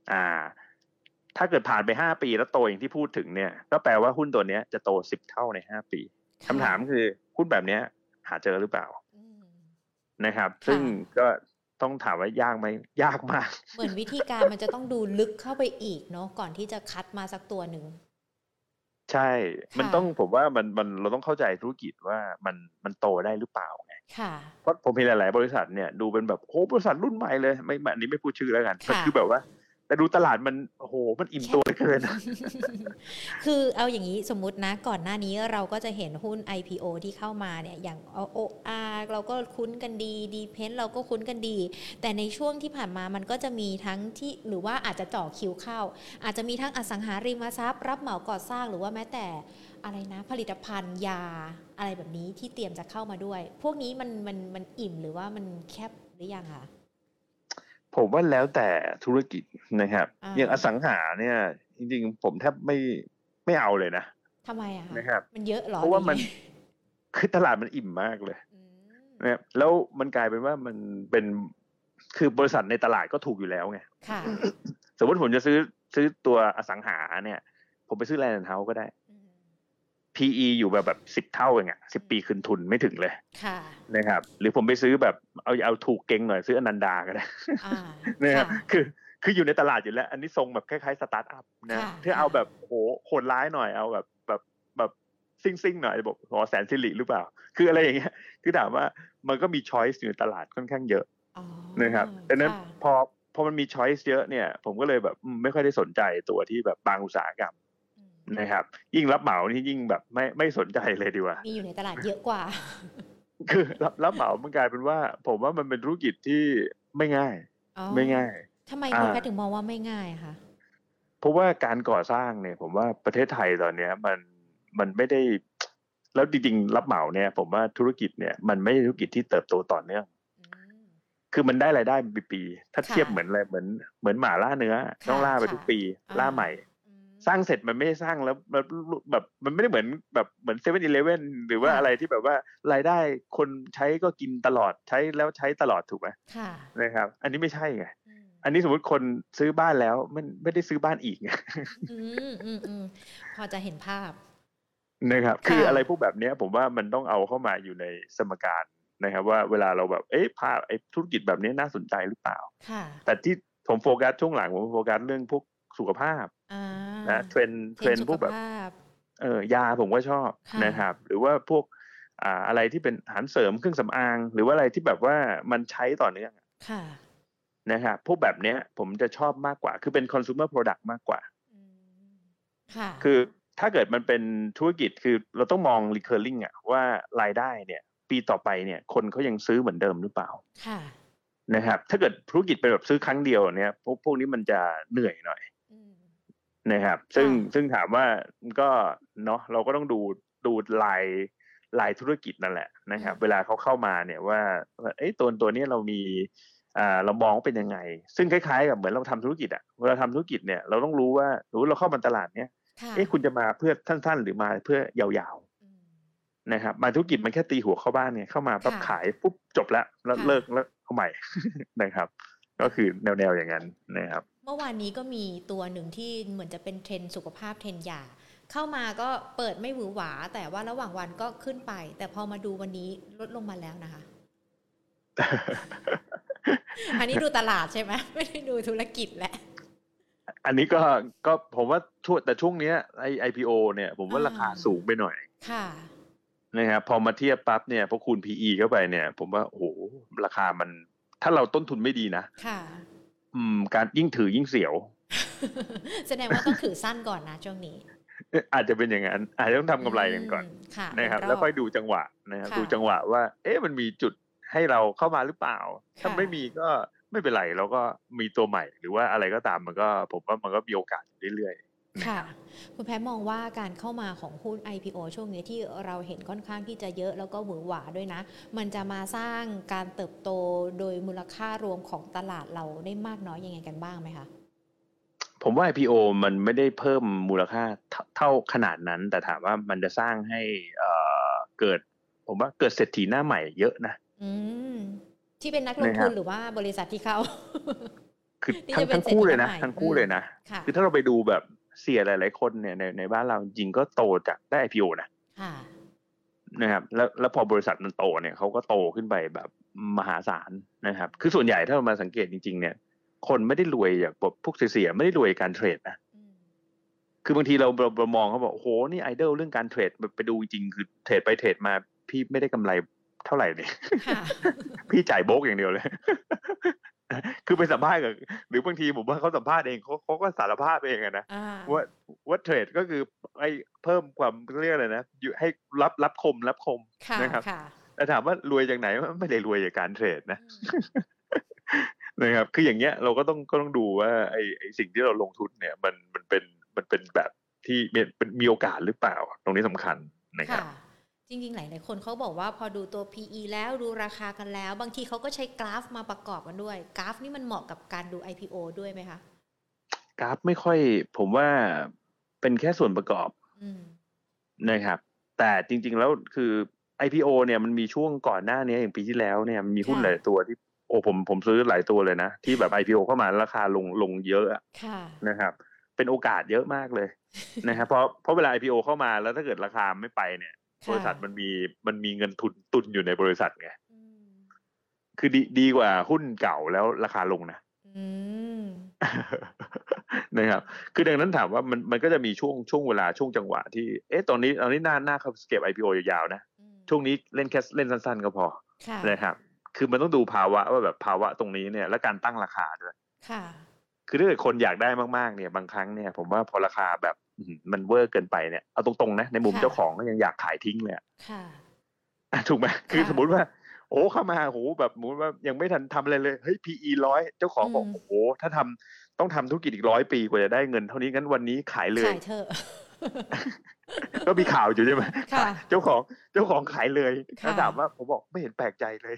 อ่า ถ้าเกิดผ่านไป5 ปีแล้วโตอย่างที่พูดถึงเนี่ยก็แปลว่าหุ้นตัวเนี้ยจะโต10 เท่าใน5 ปีคำถามคือหุ้นแบบเนี้ยหาเจอหรือเปล่านะครับซึ่งก็ต้องถามว่ายากไหมยากมากเหมือนวิธีการมันจะต้องดูลึกเข้าไปอีกเนาะก่อนที่จะคัดมาสักตัวหนึ่งใช่มันต้องผมว่ามันเราต้องเข้าใจธุรกิจว่ามันโตได้หรือเปล่าไงเพราะผมเห็นหลายๆบริษัทเนี่ยดูเป็นแบบโอ้บริษัทรุ่นใหม่เลยไม่อันนี้ไม่พูดชื่อแล้วกันคือแบบว่าแต่ดูตลาดมันโอ้โหมันอิ่มตัวเกินคือเอาอย่างนี้สมมุตินะก่อนหน้านี้เราก็จะเห็นหุ้น IPO ที่เข้ามาเนี่ยอย่าง OR เราก็คุ้นกันดี Defense เราก็คุ้นกันดีแต่ในช่วงที่ผ่านมามันก็จะมีทั้งที่หรือว่าอาจจะเจาะคิวเข้าอาจจะมีทั้งอสังหาริมทรัพย์รับเหมาก่อสร้างหรือว่าแม้แต่อะไรนะผลิตภัณฑ์ยาอะไรแบบนี้ที่เตรียมจะเข้ามาด้วยพวกนี้มันอิ่มหรือว่ามันแคบหรือยังคะผมว่าแล้วแต่ธุรกิจนะครับอย่างอสังหาเนี่ยจริงๆผมแทบไม่เอาเลยนะทำไมอะคะนะครับมันเยอะหรอเพราะว่ามันคือตลาดมันอิ่มมากเลยนะครับแล้วมันกลายเป็นว่ามันเป็นคือบริษัทในตลาดก็ถูกอยู่แล้วไงสมมติผมจะซื้อตัวอสังหาเนี่ยผมไปซื้อแลนด์เฮาส์ก็ได้PE อยู่แบบ10 เท่าเอง10 ปีคืนทุนไม่ถึงเลยนะครับหรือผมไปซื้อแบบเอาถูกเก่งหน่อยซื้ออนันดาก็ได้นะครับคืออยู่ในตลาดอยู่แล้วอันนี้ทรงแบบคล้ายๆสตาร์ทอัพนะถ้าเอาแบบโหดร้ายหน่อยเอาแบบซิ่งหน่อยบอกแสนสิริหรือเปล่าคืออะไรอย่างเงี้ยคือถามว่ามันก็มีช้อยส์อยู่ในตลาดค่อนข้างเยอะนะครับดังนั้นพอมันมีช้อยส์เยอะเนี่ยผมก็เลยแบบไม่ค่อยได้สนใจตัวที่แบบบางอุตสาหกรรมนะครับยิ่งรับเหมานี่ยิ่งแบบไม่สนใจเลยดีกว่ามีอยู่ในตลาดเยอะกว่าคือรับเหมามันกลายเป็นว่าผมว่ามันเป็นธุรกิจที่ไม่ง่ายทำไมคุณแพทย์ถึงมองว่าไม่ง่ายคะเพราะว่าการก่อสร้างเนี่ยผมว่าประเทศไทยตอนนี้มันไม่ได้แล้วจริงๆรับเหมาเนี่ยผมว่าธุรกิจเนี่ยมันไม่ใช่ธุรกิจที่เติบโตต่อเนื่องคือมันได้รายได้ปีถ้าเทียบเหมือนอะไรเหมือนหมาล่าเนื้อต้องล่าไปทุกปีล่าใหม่สร้างเสร็จมันไม่ได้สร้างแล้วแบบมันไม่ได้เหมือนแบบเหมือน7-11หรือว่าอะไรที่แบบว่ารายได้คนใช้ก็กินตลอดใช้แล้วใช้ตลอดถูกไหมนะครับอันนี้ไม่ใช่ไงอันนี้สมมติคนซื้อบ้านแล้วมันไม่ได้ซื้อบ้านอีกไงพอจะเห็นภาพนะครับคืออะไรพวกแบบนี้ผมว่ามันต้องเอาเข้ามาอยู่ในสมการนะครับว่าเวลาเราแบบธุรกิจแบบนี้น่าสนใจหรือเปล่าแต่ที่ผมโฟกัสช่วงหลังผมโฟกัสเรื่องพวกสุขภาพนะเทรนพวกแบบยาผมก็ชอบนะครับหรือว่าพวกอะไรที่เป็นอาหารเสริมเครื่องสำอางหรือว่าอะไรที่แบบว่ามันใช้ต่อเนื่องนะครับพวกแบบนี้ผมจะชอบมากกว่าคือเป็น consumer product มากกว่าคือถ้าเกิดมันเป็นธุรกิจคือเราต้องมอง recurring ว่ารายได้เนี่ยปีต่อไปเนี่ยคนเขายังซื้อเหมือนเดิมหรือเปล่านะครับถ้าเกิดธุรกิจเป็นแบบซื้อครั้งเดียวเนี่ยพวกนี้มันจะเหนื่อยหน่อยนะครับซึ่งถามว่าก็เนาะเราก็ต้องดูลายธุรกิจนั่นแหละนะครับเวลาเขาเข้ามาเนี่ยว่าตัวนี้เรามีเรามองเป็นยังไงซึ่งคล้ายๆกับเหมือนเราทำธุรกิจเวลาทำธุรกิจเนี่ยเราต้องรู้ว่าเราเข้ามาตลาดเนี้ยคุณจะมาเพื่อสั้นๆหรือมาเพื่อยาวๆนะครับมาธุรกิจมันแค่ตีหัวเข้าบ้านเนี่ยเข้ามาปั๊บขายปุ๊บจบแล้วเลิกแล้วเอาใหม่นะครับก็คือแนวอย่างนั้นนะครับเมื่อวานนี้ก็มีตัวหนึ่งที่เหมือนจะเป็นเทรนด์สุขภาพเทรนด์ยาเข้ามาก็เปิดไม่หวือหวาแต่ว่าระหว่างวันก็ขึ้นไปแต่พอมาดูวันนี้ลดลงมาแล้วนะคะอันนี้ดูตลาดใช่ไหมไม่ได้ดูธุรกิจแหละอันนี้ก็ผมว่าแต่ช่วงนี้IPO เนี่ยผมว่าราคาสูงไปหน่อยค่ะนะครับพอมาเทียบปั๊บเนี่ยพอคูณ PE เข้าไปเนี่ยผมว่าโอ้โหราคามันถ้าเราต้นทุนไม่ดีนะค่ะการยิ่งถือยิ่งเสียวแสดงว่าต้องถือสั้นก่อนนะช่วงนี้อาจจะเป็นอย่างนั้นอาจจะต้องทำกำไรกันก่อนนะครับแล้วค่อยดูจังหวะนะครับดูจังหวะว่ามันมีจุดให้เราเข้ามาหรือเปล่าถ้าไม่มีก็ไม่เป็นไรเราก็มีตัวใหม่หรือว่าอะไรก็ตามมันก็ผมว่ามันก็มีโอกาสเรื่อยๆค่ะคุณแพทย์มองว่าการเข้ามาของหุ้น IPO ช่วงนี้ที่เราเห็นค่อนข้างที่จะเยอะแล้วก็หวือหวาด้วยนะมันจะมาสร้างการเติบโตโดยมูลค่ารวมของตลาดเราได้มากน้อยยังไงกันบ้างไหมคะผมว่า IPO มันไม่ได้เพิ่มมูลค่าเท่าขนาดนั้นแต่ถามว่ามันจะสร้างให้เกิดผมว่าเกิดเศรษฐีหน้าใหม่เยอะนะที่เป็นนักลงทุนหรือว่าบริษัทที่เข้าคือทั้งคู่เลยนะทั้งคู่เลยนะคือถ้าเราไปดูแบบเสียหลายๆคนเนี่ยในบ้านเราจริงก็โตจากได้ IPO นะครับแล้วพอบริษัทมันโตเนี่ยเขาก็โตขึ้นไปแบบมหาศาลนะครับคือส่วนใหญ่ถ้าเรามาสังเกตจริงๆเนี่ยคนไม่ได้รวยอย่างพวกเสียไม่ได้รวยการเทรดนะคือบางทีเรามองเขาบอกโอ้โหนี่ไอดอลเรื่องการเทรดไปดูจริงคือเทรดไปเทรดมาพี่ไม่ได้กำไรเท่าไหร่เลยพี่จ่ายโบกอย่างเดียวเลยคือไปสัมภาษณ์กับหรือบางทีผมว่าเขาสัมภาษณ์เองเขาก็สารภาพเองนะว่าเทรดก็คือไอ้เพิ่มความเรียกอะไรนะให้รับคมนะครับแต่ถามว่ารวยจากไหนไม่ได้รวยจากการเทรดนะนะครับคืออย่างเงี้ยเราก็ต้องดูว่าไอ้สิ่งที่เราลงทุนเนี่ยมันเป็นแบบที่มีโอกาสหรือเปล่าตรงนี้สำคัญนะครับจริงๆหลายๆคนเขาบอกว่าพอดูตัว PE แล้วดูราคากันแล้วบางทีเขาก็ใช้กราฟมาประกอบกันด้วยกราฟนี่มันเหมาะกับการดู IPO ด้วยไหมคะกราฟไม่ค่อยผมว่าเป็นแค่ส่วนประกอบนะครับแต่จริงๆแล้วคือ IPO เนี่ยมันมีช่วงก่อนหน้านี้อย่างปีที่แล้วเนี่ยมันมีหุ้นหลายตัวที่ผมซื้อหลายตัวเลยนะที่แบบ IPO เข้ามาราคาลงเยอะนะครับเป็นโอกาสเยอะมากเลยนะครับเพราะเวลา IPO เข้ามาแล้วถ้าเกิดราคาไม่ไปเนี่ยบริษัทมันมีเงินทุนตุนอยู่ในบริษัทไงคือดีกว่าหุ้นเก่าแล้วราคาลงนะนะครับคือดังนั้นถามว่ามันก็จะมีช่วงเวลาช่วงจังหวะที่ตอนนี้น่าเข้าเก็บ IPO ยาวๆนะช่วงนี้เล่นสั้นๆก็พอนะครับคือมันต้องดูภาวะว่าแบบภาวะตรงนี้เนี่ยและการตั้งราคาด้วยคือถ้าเกิดคนอยากได้มากๆเนี่ยบางครั้งเนี่ยผมว่าพอราคาแบบมันเวอร์เกินไปเนี่ยเอาตรงๆนะในมุมเจ้าของก็ยังอยากขายทิ้งเลยถูกไหมคือสมมติว่าโอ้เข้ามาโหแบบสมมติว่ายังไม่ทันทำอะไรเลยเฮ้ย PE 100เจ้าของบอกโอ้โหถ้าต้องทำธุรกิจอีก100 ปีกว่าจะได้เงินเท่านี้งั้นวันนี้ขายเลยขายเถอะก็มีข่าวอยู่ใช่ไหมเจ้าของขายเลยถ้าถามว่าผมบอกไม่เห็นแปลกใจเลย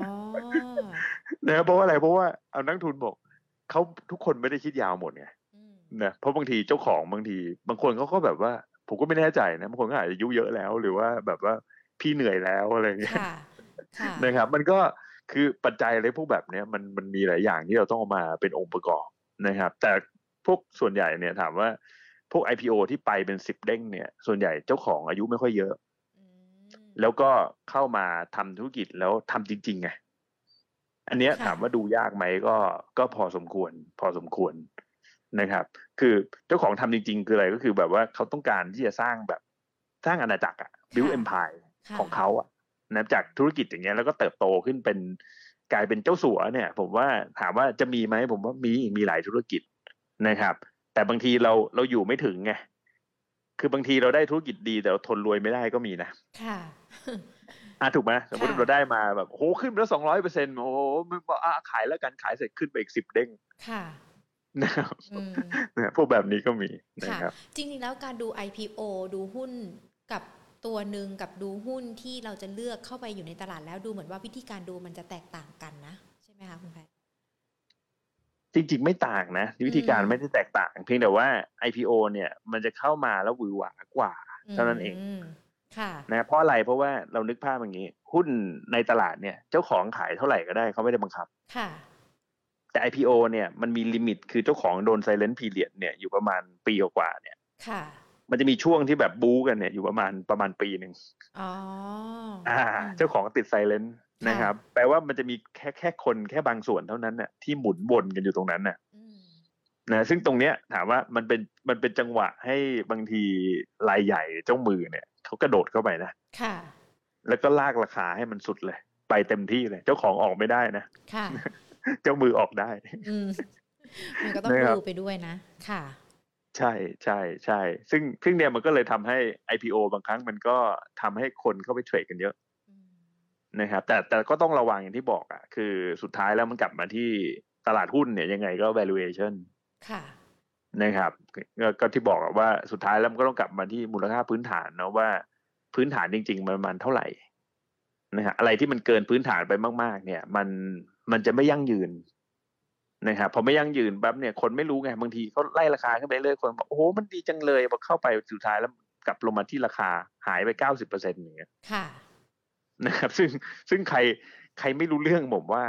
นะเพราะว่าอะไรเพราะว่าเอานักทุนบอกเขาทุกคนไม่ได้คิดยาวหมดไงนะเพราะบางทีเจ้าของบางคนเขาก็แบบว่าผมก็ไม่แน่ใจนะบางคนก็อาจจะอายุเยอะแล้วหรือว่าแบบว่าพี่เหนื่อยแล้วอะไรเงี้ยนะครับมันก็คือปัจจัยอะไรพวกแบบนี้มันมีหลายอย่างที่เราต้องเอามาเป็นองค์ประกอบนะครับแต่พวกส่วนใหญ่เนี่ยถามว่าพวก IPO ที่ไปเป็น10 เด้งเนี่ยส่วนใหญ่เจ้าของอายุไม่ค่อยเยอะแล้วก็เข้ามาทำธุรกิจแล้วทำจริงๆไงอันนี้ถามว่าดูยากไหมก็พอสมควรนะครับคือเจ้าของทำจริงๆคืออะไรก็คือแบบว่าเขาต้องการที่จะสร้างอาณาจักรbuild empire ของเขานะจากธุรกิจอย่างเงี้ยแล้วก็เติบโตขึ้นเป็นกลายเป็นเจ้าสัวเนี่ยผมว่าถามว่าจะมีไหมผมว่ามีหลายธุรกิจนะครับแต่บางทีเราอยู่ไม่ถึงไงคือบางทีเราได้ธุรกิจดีแต่เราทนรวยไม่ได้ก็มีนะถูกไหมสมมติเราได้มาแบบโหขึ้นไปแล้ว200%โอ้โหขายแล้วกันขายเสร็จขึ้นไปอีก10 เด้งนะครับพวกแบบนี้ก็มีนะครับจริงๆแล้วการดู IPO ดูหุ้นกับตัวหนึ่งกับดูหุ้นที่เราจะเลือกเข้าไปอยู่ในตลาดแล้วดูเหมือนว่าวิธีการดูมันจะแตกต่างกันนะใช่ไหมคะคุณแพทย์จริงๆไม่ต่างนะวิธีการไม่ได้แตกต่างเพียงแต่ว่า IPO เนี่ยมันจะเข้ามาแล้วหวือหวากว่าเท่านั้นเองนะเพราะอะไรเพราะว่าเรานึกภาพอย่างนี้หุ้นในตลาดเนี่ยเจ้าของขายเท่าไหร่ก็ได้เขาไม่ได้บังคับแต่ IPO เนี่ยมันมีลิมิตคือเจ้าของโดน silent period เนี่ยอยู่ประมาณปีกว่าเนี่ยมันจะมีช่วงที่แบบบู๊กันเนี่ยอยู่ประมาณปีนึงเจ้าของติด silent นะครับแปลว่ามันจะมีแค่คนแค่บางส่วนเท่านั้นน่ะที่หมุนวนกันอยู่ตรงนั้นน่ะนะซึ่งตรงเนี้ยถามว่ามันเป็นจังหวะให้บางทีรายใหญ่เจ้ามือเนี่ยเขากระโดดเข้าไปนะแล้วก็ลากราคาให้มันสุดเลยไปเต็มที่เลยเจ้าของออกไม่ได้นะเจ้ามือออกได้มันก็ต้องดูไปด้วยนะค่ะใช่ซึ่งเนี่ยมันก็เลยทำให้ IPO บางครั้งมันก็ทำให้คนเข้าไปเทรดกันเยอะนะครับแต่ก็ต้องระวังอย่างที่บอกคือสุดท้ายแล้วมันกลับมาที่ตลาดหุ้นเนี่ยยังไงก็ valuation นะครับก็ที่บอกว่าสุดท้ายแล้วมันก็ต้องกลับมาที่มูลค่าพื้นฐานเนาะว่าพื้นฐานจริงๆมันเท่าไหร่นะฮะอะไรที่มันเกินพื้นฐานไปมากๆเนี่ยมันจะไม่ยั่งยืนนะครับพอไม่ยั่งยืนปั๊บเนี่ยคนไม่รู้ไงบางทีเขาไล่ราคาขึ้นไปเรื่อยคนบอกโอ้โหมันดีจังเลยพอเข้าไปสุดท้ายแล้วกลับลงมาที่ราคาหายไป 90% อย่างเงี้ยนะครับซึ่งใครไม่รู้เรื่องผมว่า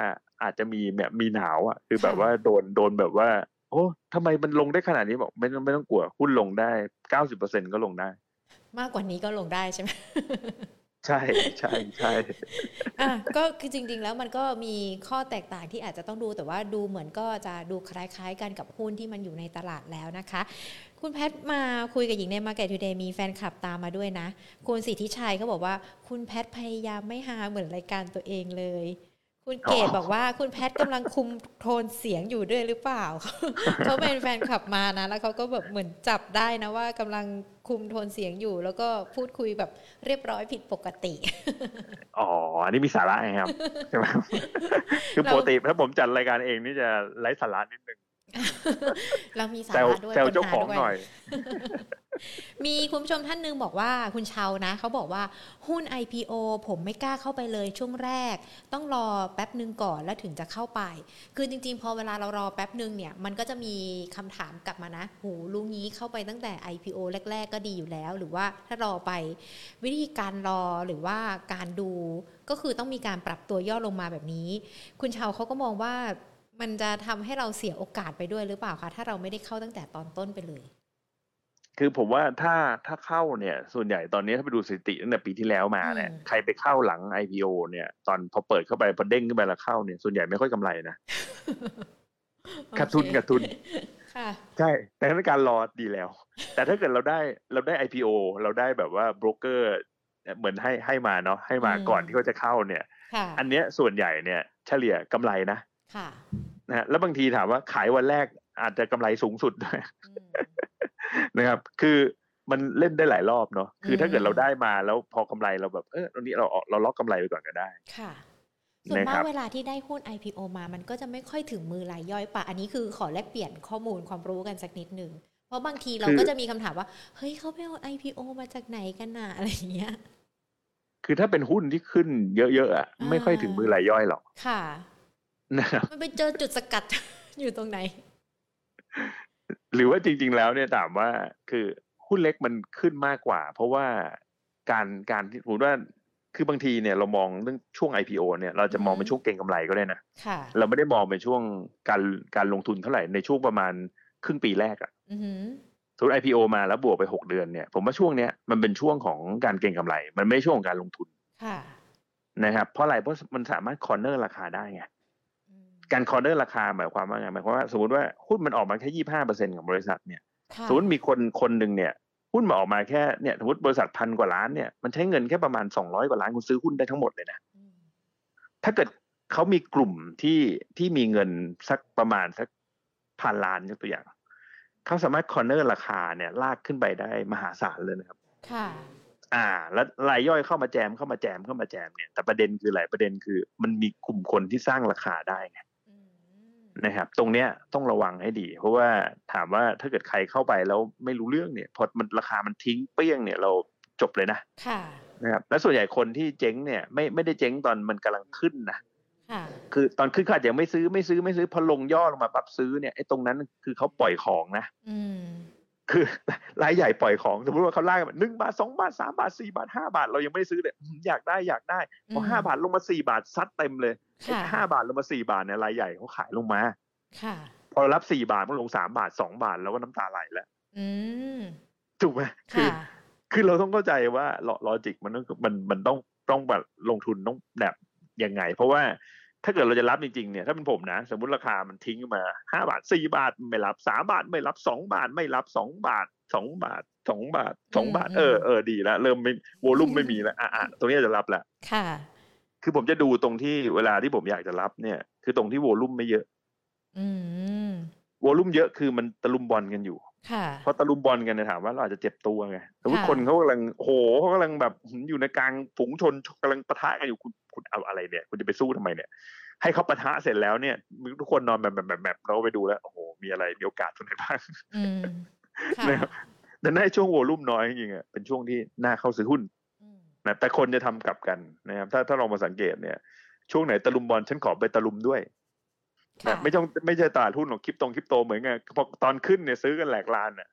อาจจะมีหนาวอ่ะคือแบบค่ะว่าโดนแบบว่าโอ้ทำไมมันลงได้ขนาดนี้บอกไม่ต้องกลัวหุ้นลงได้90%ก็ลงได้มากกว่านี้ก็ลงได้ใช่ไหมใช่ใช่ใช่ก็คือจริงๆแล้วมันก็มีข้อแตกต่างที่อาจจะต้องดูแต่ว่าดูเหมือนก็จะดูคล้ายๆกันกับหุ้นที่มันอยู่ในตลาดแล้วนะคะคุณแพทมาคุยกับหญิงใน Market Today มีแฟนคลับตามมาด้วยนะคุณสิทธิชัยเขาบอกว่าคุณแพทพยายามไม่หาเหมือนรายการตัวเองเลยคุณเกดบอกว่าคุณแพทกำลังคุมโทนเสียงอยู่ด้วยหรือเปล่า เขาเป็นแฟนคลับมานะแล้วเขาก็แบบเหมือนจับได้นะว่ากำลังคุมโทนเสียงอยู่แล้วก็พูดคุยแบบเรียบร้อยผิดปกติอ๋ออันนี้มีสาระไงครับใช่ไหมคือปกติถ้าผมจัดรายการเองนี่จะไร้สาระนิดนึงเรามีสาแซวระด้วยแซวคนเจ้าของหาด้วยหน่อยมีคุณผู้ชมท่านหนึงบอกว่าคุณเชานะเขาบอกว่าหุ้น IPO ผมไม่กล้าเข้าไปเลยช่วงแรกต้องรอแป๊บนึงก่อนแล้วถึงจะเข้าไปคือจริงๆพอเวลาเรารอแป๊บนึงเนี่ยมันก็จะมีคำถามกลับมานะโหลุงนี้เข้าไปตั้งแต่ IPO แรกๆก็ดีอยู่แล้วหรือว่าถ้ารอไปวิธีการรอหรือว่าการดูก็คือต้องมีการปรับตัวย่อลงมาแบบนี้คุณเชาเขาก็มองว่ามันจะทำให้เราเสียโอกาสไปด้วยหรือเปล่าคะถ้าเราไม่ได้เข้าตั้งแต่ตอนต้นไปเลยคือผมว่าถ้าเข้าเนี่ยส่วนใหญ่ตอนนี้ถ้าไปดูสถิติตั้งแต่ปีที่แล้วมาเนี่ยใครไปเข้าหลัง IPO เนี่ยตอนพอเปิดเข้าไปพอเด้งขึ้นไปแล้วเข้าเนี่ยส่วนใหญ่ไม่ค่อยกำไรนะขาดทุนค่ะใช่แต่ถ้าการรอดีแล้วแต่ถ้าเกิดเราได้ IPO เราได้แบบว่าโบรกเกอร์เหมือนให้มาเนาะให้มาก่อนที่เขาจะเข้าเนี่ยอันเนี้ยส่วนใหญ่เนี่ยเฉลี่ยกำไรนะนะฮะแล้วบางทีถามว่าขายวันแรกอาจจะกำไรสูงสุดด้วยนะครับคือมันเล่นได้หลายรอบเนาะคือถ้าเกิดเราได้มาแล้วพอกำไรเราแบบตรงนี้เราล็อกกำไรไปก่อนก็ได้ค่ะส่วนมากเวลาที่ได้หุ้น IPO มามันก็จะไม่ค่อยถึงมือรายย่อยปะอันนี้คือขอแลกเปลี่ยนข้อมูลความรู้กันสักนิดนึงเพราะบางทีเราก็จะมีคำถามว่าเฮ้ยเขาไปเอา IPO มาจากไหนกันน่ะอะไรอย่างเงี้ยคือถ้าเป็นหุ้นที่ขึ้นเยอะๆอ่ะไม่ค่อยถึงมือรายย่อยหรอกค่ะนะครับมันไปเจอจุดสกัด อยู่ตรงไหนหรือว่าจริงๆแล้วเนี่ยถามว่าคือหุ้นเล็กมันขึ้นมากกว่าเพราะว่าการที่ผมว่าคือบางทีเนี่ยเรามองเรื่องช่วง IPO เนี่ยเราจะมองเป็นช่วงเก็งกำไรก็ได้นะเราไม่ได้มองเป็นช่วงการลงทุนเท่าไหร่ในช่วงประมาณครึ่งปีแรกอ่ะสมมติ IPO มาแล้วบวกไป6 เดือนเนี่ยผมว่าช่วงเนี้ยมันเป็นช่วงของการเก็งกำไรมันไม่ใช่ช่วงของการลงทุนนะครับเพราะอะไรเพราะมันสามารถคอร์เนอร์ราคาได้ไงการคอร์เนอร์ราคาหมายความว่าไงหมายความว่าสมมติว่าหุ้นมันออกมาแค่25%ของบริษัทเนี่ยสมมติมีคนหนึ่งเนี่ยหุ้นมาออกมาแค่เนี่ยสมมติบริษัท1,000 กว่าล้านเนี่ยมันใช้เงินแค่ประมาณ200 กว่าล้านคุณซื้อหุ้นได้ทั้งหมดเลยนะถ้าเกิดเขามีกลุ่มที่มีเงินสักประมาณสัก1,000 ล้านยกตัวอย่างเขาสามารถคอร์เนอร์ราคาเนี่ยลากขึ้นไปได้มหาศาลเลยนะครับแล้วรายย่อยเข้ามาแจมเนี่ยแต่ประเด็นคืออะไรประเด็นคือมันมีกลุ่มคนที่สร้างราคาได้ไงนะครับตรงเนี้ยต้องระวังให้ดีเพราะว่าถามว่าถ้าเกิดใครเข้าไปแล้วไม่รู้เรื่องเนี่ยพอมันราคามันทิ้งเปี้ยงเนี่ยเราจบเลยนะนะครับและส่วนใหญ่คนที่เจ๊งเนี่ยไม่ได้เจ๊งตอนมันกำลังขึ้นนะคือตอนขึ้นเขาอาจจะไม่ซื้อพอลงย่อลงมาปรับซื้อเนี่ยไอ้ตรงนั้นคือเขาปล่อยของนะคือรายใหญ่ปล่อยของสมมติว่าเขาล่ากัน1 บาท 2 บาท 3 บาท 4 บาท 5 บาทเรายังไม่ได้ซื้อเลยอยากได้พอ5 บาทลงมา4 บาทซัดเต็มเลย5 บาทลงมา4 บาทเนี่ยรายใหญ่เขาขายลงมาพอรับ4 บาทมันลง3 บาท 2 บาทแล้วก็น้ำตาไหลแล้วถูกไหมคือเราต้องเข้าใจว่าลอจิกมันต้องแบบลงทุนต้องแบบยังไงเพราะว่าถ้าเกิดเราจะรับจริงๆเนี่ยถ้าเป็นผมนะสมมุติราคามันทิ้งมา5 บาท 4 บาทไม่รับ3 บาทไม่รับ2 บาทไม่รับ2 บาท2 บาท2 บาท2 บาทดีแล้วเริ่มไม่วอลุ่มไม่มีแล้วตรงนี้จะรับแล้วคือผมจะดูตรงที่เวลาที่ผมอยากจะรับเนี่ยคือตรงที่วอลุ่มไม่เยอะวอลุ่มเยอะคือมันตะลุมบอลกันอยู่เพราะตะลุมบอลกันเนี่ยถามว่าเราอาจจะเจ็บตัวไงสมมติคนเขากำลังเขากำลังแบบอยู่ในกลางฝูงชนกำลังปะทะกันอยู่คุณเอาอะไรเนี่ยคุณจะไปสู้ทำไมเนี่ยให้เขาปะทะเสร็จแล้วเนี่ยทุกคนนอนแบบเราไปดูแล้วโอ้โหมีอะไรมีโอกาสตรงไหนบ้างนะครับแต่ในช่วงวอลุ่มน้อยจริงๆเป็นช่วงที่น่าเข้าซื้อหุ้นนะแต่คนจะทำกลับกันนะครับถ้าลองมาสังเกตเนี่ยช่วงไหนตะลุมบอลฉันขอไปตะลุมด้วยไม่ใช่ตลาดหุ้นของคริปโตเหมือนกันพอตอนขึ้นเนี่ยซื้อกันแหลกลาน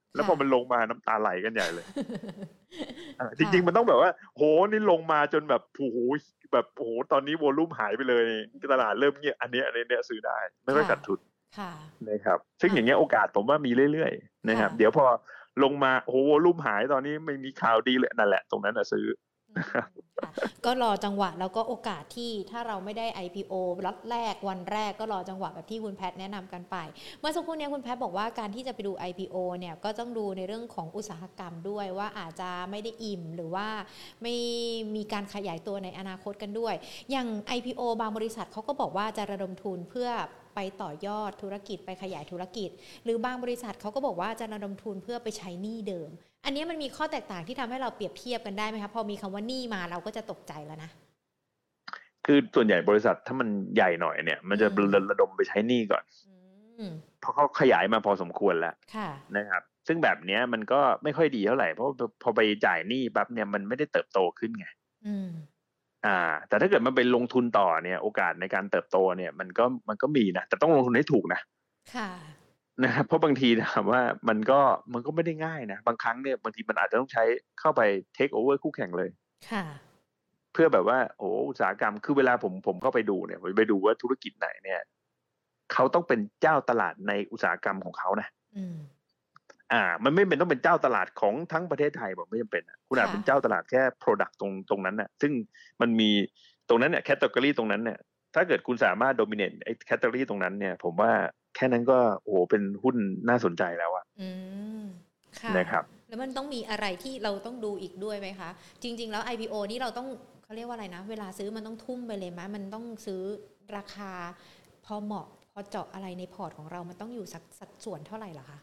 แล้วพอมันลงมาน้ำตาไหลกันใหญ่เลยจริงๆมันต้องแบบว่าโหนี่ลงมาจนแบบโอ้โหแบบโอ้โหตอนนี้วอลลุ่มหายไปเลยตลาดเริ่มเงียบอันนี้ซื้อได้ไม่ค่อยขาดทุนนะครับซึ่งอย่างเงี้ยโอกาสผมว่ามีเรื่อยๆนะครับเดี๋ยวพอลงมาโอ้โหวอลลุ่มหายตอนนี้ไม่มีข่าวดีเลยนั่นแหละตรงนั้นซื้อก็รอจังหวะแล้วก็โอกาสที่ถ้าเราไม่ได้ IPO ล็อตแรกวันแรกก็รอจังหวะแบบที่คุณแพทแนะนำกันไปเมื่อสักครู่นี้คุณแพทบอกว่าการที่จะไปดู IPO เนี่ยก็ต้องดูในเรื่องของอุตสาหกรรมด้วยว่าอาจจะไม่ได้อิ่มหรือว่าไม่มีการขยายตัวในอนาคตกันด้วยอย่าง IPO บางบริษัทเขาก็บอกว่าจะระดมทุนเพื่อไปต่อยอดธุรกิจไปขยายธุรกิจหรือบางบริษัทเขาก็บอกว่าจะระดมทุนเพื่อไปใช้หนี้เดิมอันนี้มันมีข้อแตกต่างที่ทำให้เราเปรียบเทียบกันได้ไหมคะพอมีคำว่าหนี้มาเราก็จะตกใจแล้วนะคือส่วนใหญ่บริษัทถ้ามันใหญ่หน่อยเนี่ยมันจะระดมไปใช้หนี้ก่อนเพราะเขาขยายมาพอสมควรแล้วนะครับซึ่งแบบนี้มันก็ไม่ค่อยดีเท่าไหร่เพราะพอไปจ่ายหนี้ปั๊บเนี่ยมันไม่ได้เติบโตขึ้นไงแต่ถ้าเกิดมันไปลงทุนต่อเนี่ยโอกาสในการเติบโตเนี่ยมันก็มีนะแต่ต้องลงทุนให้ถูกนะนะครับเพราะบางทีถามว่ามันก็ไม่ได้ง่ายนะบางครั้งเนี่ยบางทีมันอาจจะต้องใช้เข้าไปเทคโอเวอร์คู่แข่งเลยเพื่อแบบว่าโอ้อุตสาหกรรมคือเวลาผมเข้าไปดูเนี่ยผมไปดูว่าธุรกิจไหนเนี่ยเขาต้องเป็นเจ้าตลาดในอุตสาหกรรมของเขานะมันไม่เป็นต้องเป็นเจ้าตลาดของทั้งประเทศไทยบอกไม่จำเป็นคุณอาจเป็นเจ้าตลาดแค่ product ตรงนั้นน่ะซึ่งมันมีตรงนั้นเนี่ย category ตรงนั้นเนี่ยถ้าเกิดคุณสามารถ dominate ไอ้ category ตรงนั้นเนี่ยผมว่าแค่นั้นก็โอ้โหเป็นหุ้นน่าสนใจแล้วอะนะครับแล้วมันต้องมีอะไรที่เราต้องดูอีกด้วยไหมคะจริงๆแล้ว IPO นี่เราต้องเขาเรียกว่าอะไรนะเวลาซื้อมันต้องทุ่มไปเลยไหมมันต้องซื้อราคาพอเหมาะพอเจาะอะไรในพอร์ตของเรามันต้องอยู่สัดส่วนเท่าไหร่ล่ะคะ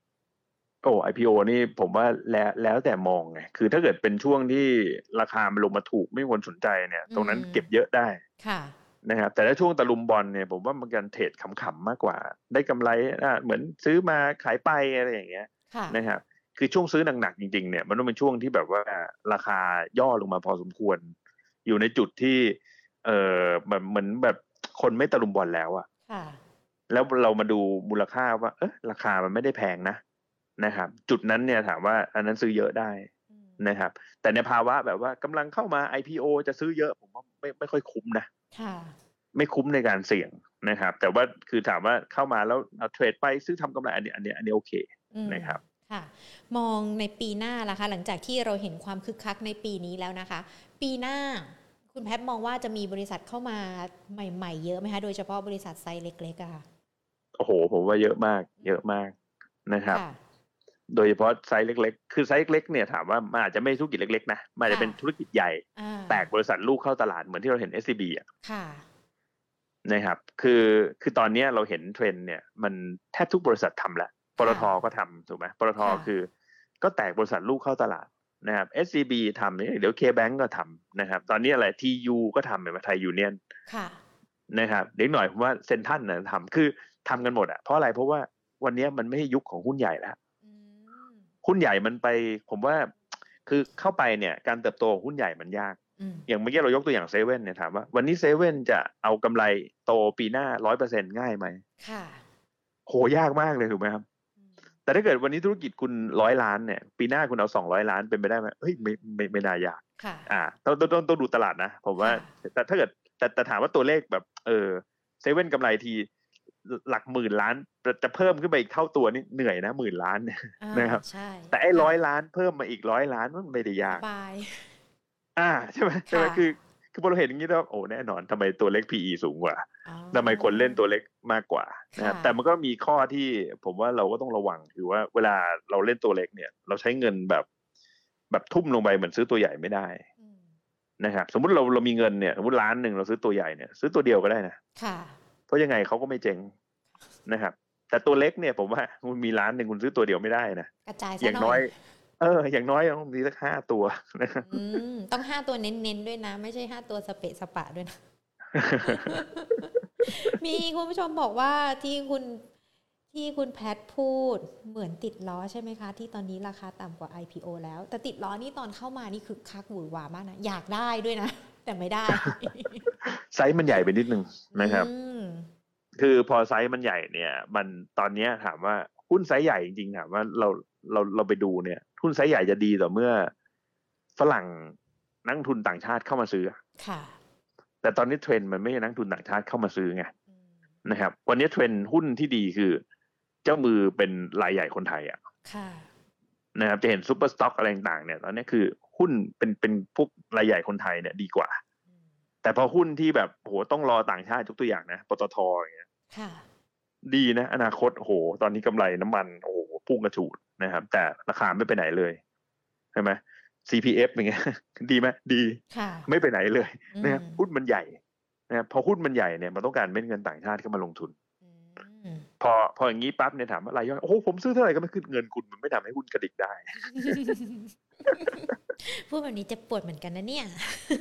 IPO นี่ผมว่าแล้วแต่มองไงคือถ้าเกิดเป็นช่วงที่ราคามันลงมาถูกไม่ควรสนใจเนี่ยตรงนั้นเก็บเยอะได้นะครับแต่ถ้าช่วงตะลุมบอลเนี่ยผมว่ามันการเทรดขำๆมากกว่าได้กำไรเหมือนซื้อมาขายไปอะไรอย่างเงี้ยนะครับคือช่วงซื้อหนักๆจริงๆเนี่ยมันต้องเป็นช่วงที่แบบว่าราคาย่อลงมาพอสมควรอยู่ในจุดที่แบบเหมือนแบบคนไม่ตะลุมบอลแล้วอะแล้วเรามาดูมูลค่าว่าราคามันไม่ได้แพงนะครับจุดนั้นเนี่ยถามว่าอันนั้นซื้อเยอะได้นะครับแต่ในภาวะแบบว่ากำลังเข้ามา IPO จะซื้อเยอะผมว่าไม่ค่อยคุ้มนะไม่คุ้มในการเสี่ยงนะครับแต่ว่าคือถามว่าเข้ามาแล้วเทรดไปซื้อทำกำไรอันนี้โอเคนะครับค่ะมองในปีหน้าล่ะคะหลังจากที่เราเห็นความคึกคักในปีนี้แล้วนะคะปีหน้าคุณแพทมองว่าจะมีบริษัทเข้ามาใหม่ๆเยอะไหมคะโดยเฉพาะบริษัทไซส์เล็กๆค่ะโอ้โหผมว่าเยอะมากนะครับโดยเฉพาะไซส์เล็กๆคือไซส์เล็กเนี่ยถามว่ามันอาจจะไม่ธุรกิจเล็กๆนะมันอาจจะเป็นธุรกิจใหญ่แตกบริษัทลูกเข้าตลาดเหมือนที่เราเห็น SCB อ่ะนะครับคือตอนนี้เราเห็นเทรนด์เนี่ยมันแทบทุกบริษัททำแล้วปตท.ก็ทำถูกไหมปตท.คือก็แตกบริษัทลูกเข้าตลาดนะครับ SCB ทำเดี๋ยว KBank ก็ทำนะครับตอนนี้อะไร TU ก็ทำเป็นไทยยูเนียนนะครับเด็กหน่อยผมว่าเซ็นทรัลเนี่ยทำคือทำกันหมดอ่ะเพราะอะไรเพราะว่าวันนี้มันไม่ใช่ยุคของหุ้นใหญ่แล้วหุ้นใหญ่มันไปผมว่าคือเข้าไปเนี่ยการเติบโตของหุ้นใหญ่มันยากอย่างเมื่อกี้เรายกตัวอย่างเซเว่นเนี่ยถามว่าวันนี้เซเว่นจะเอากำไรโตปีหน้า 100% ง่ายไหมค่ะโหยากมากเลยถูกไหมครับแต่ถ้าเกิดวันนี้ธุรกิจคุณ100 ล้านเนี่ยปีหน้าคุณเอา200 ล้านเป็นไปได้ไหมเฮ้ยไม่น่ายากต้องดูตลาดนะผมว่าแต่ถ้าเกิดแต่ถามว่าตัวเลขแบบเซเว่นกำไรทีหลัก10,000 ล้านจะเพิ่มขึ้นไปอีกเท่าตัวนี่เหนื่อยนะ10,000 ล้านนะครับแต่ไอ้100 ล้านเพิ่มมาอีก100 ล้านมันไม่ได้ยากใช่ไหมคือพอเราเห็นอย่างนี้แล้วโอ้แน่นอนทำไมตัวเลข PE สูงกว่าทำไมคนเล่นตัวเล็กมากกว่านะครับแต่มันก็มีข้อที่ผมว่าเราก็ต้องระวังคือว่าเวลาเราเล่นตัวเล็กเนี่ยเราใช้เงินแบบทุ่มลงไปเหมือนซื้อตัวใหญ่ไม่ได้นะครับสมมุติเรามีเงินเนี่ยสมมติ1,000,000เราซื้อตัวใหญ่เนี่ยซื้อตัวเดียวก็ได้นะเพราะยังไงเขาก็ไม่เจ๊งนะครับแต่ตัวเล็กเนี่ยผมว่าคุณมี1,000,000คุณซื้อตัวเดียวไม่ได้นะกระจายอย่างน้อยอย่างน้อยต้องมีสัก5 ตัวนะครับต้อง5 ตัวเน้นๆด้วยนะไม่ใช่5 ตัวสเปะสปะด้วยนะ มีคุณผู้ชมบอกว่าที่คุณแพทพูดเหมือนติดล้อใช่ไหมคะที่ตอนนี้ราคาต่ำกว่า IPO แล้วแต่ติดล้อนี่ตอนเข้ามานี่คือคักหวือหวามากนะอยากได้ด้วยนะแต่ไม่ได้ไซส์มันใหญ่ไปนิดนึงนะครับคือพอไซส์มันใหญ่เนี่ยมันตอนนี้ถามว่าหุ้นไซส์ใหญ่จริงๆถามว่าเราไปดูเนี่ยหุ้นไซส์ใหญ่จะดีต่อเมื่อฝรั่งนักลงทุนต่างชาติเข้ามาซื้อค่ะแต่ตอนนี้เทรนด์มันไม่ใช่นักลงทุนต่างชาติเข้ามาซื้อไงนะครับวันนี้เทรนด์หุ้นที่ดีคือเจ้ามือเป็นรายใหญ่คนไทยอ่ะนะครับจะเห็นซุปเปอร์สต็อกอะไรต่างๆเนี่ยตอนนี้คือหุ้นเป็นพวกรายใหญ่คนไทยเนี่ยดีกว่าแต่พอหุ้นที่แบบโหต้องรอต่างชาติยกตัวอย่างนะปตทอย่างเงี้ยดีนะอนาคตโหตอนนี้กำไรน้ำมันโอ้โหพุ่งกระฉูดนะครับแต่ราคาไม่ไปไหนเลยใช่ไหม CPF อย่างเงี้ยดีไหมดีไม่ไปไหนเลยนะครับหุ้นมันใหญ่นะครับพอหุ้นมันใหญ่เนี่ยมันต้องการเม็ดเงินต่างชาติเข้ามาลงทุนพออย่างนี้ปั๊บเนี่ยถามว่ารายย่อยโอ้โหผมซื้อเท่าไหร่ก็ไม่ขึ้นเงินคุณมันไม่ทำให้หุ้นกระดิกได้พูดแบบนี้เจ็บปวดเหมือนกันนะเนี่ย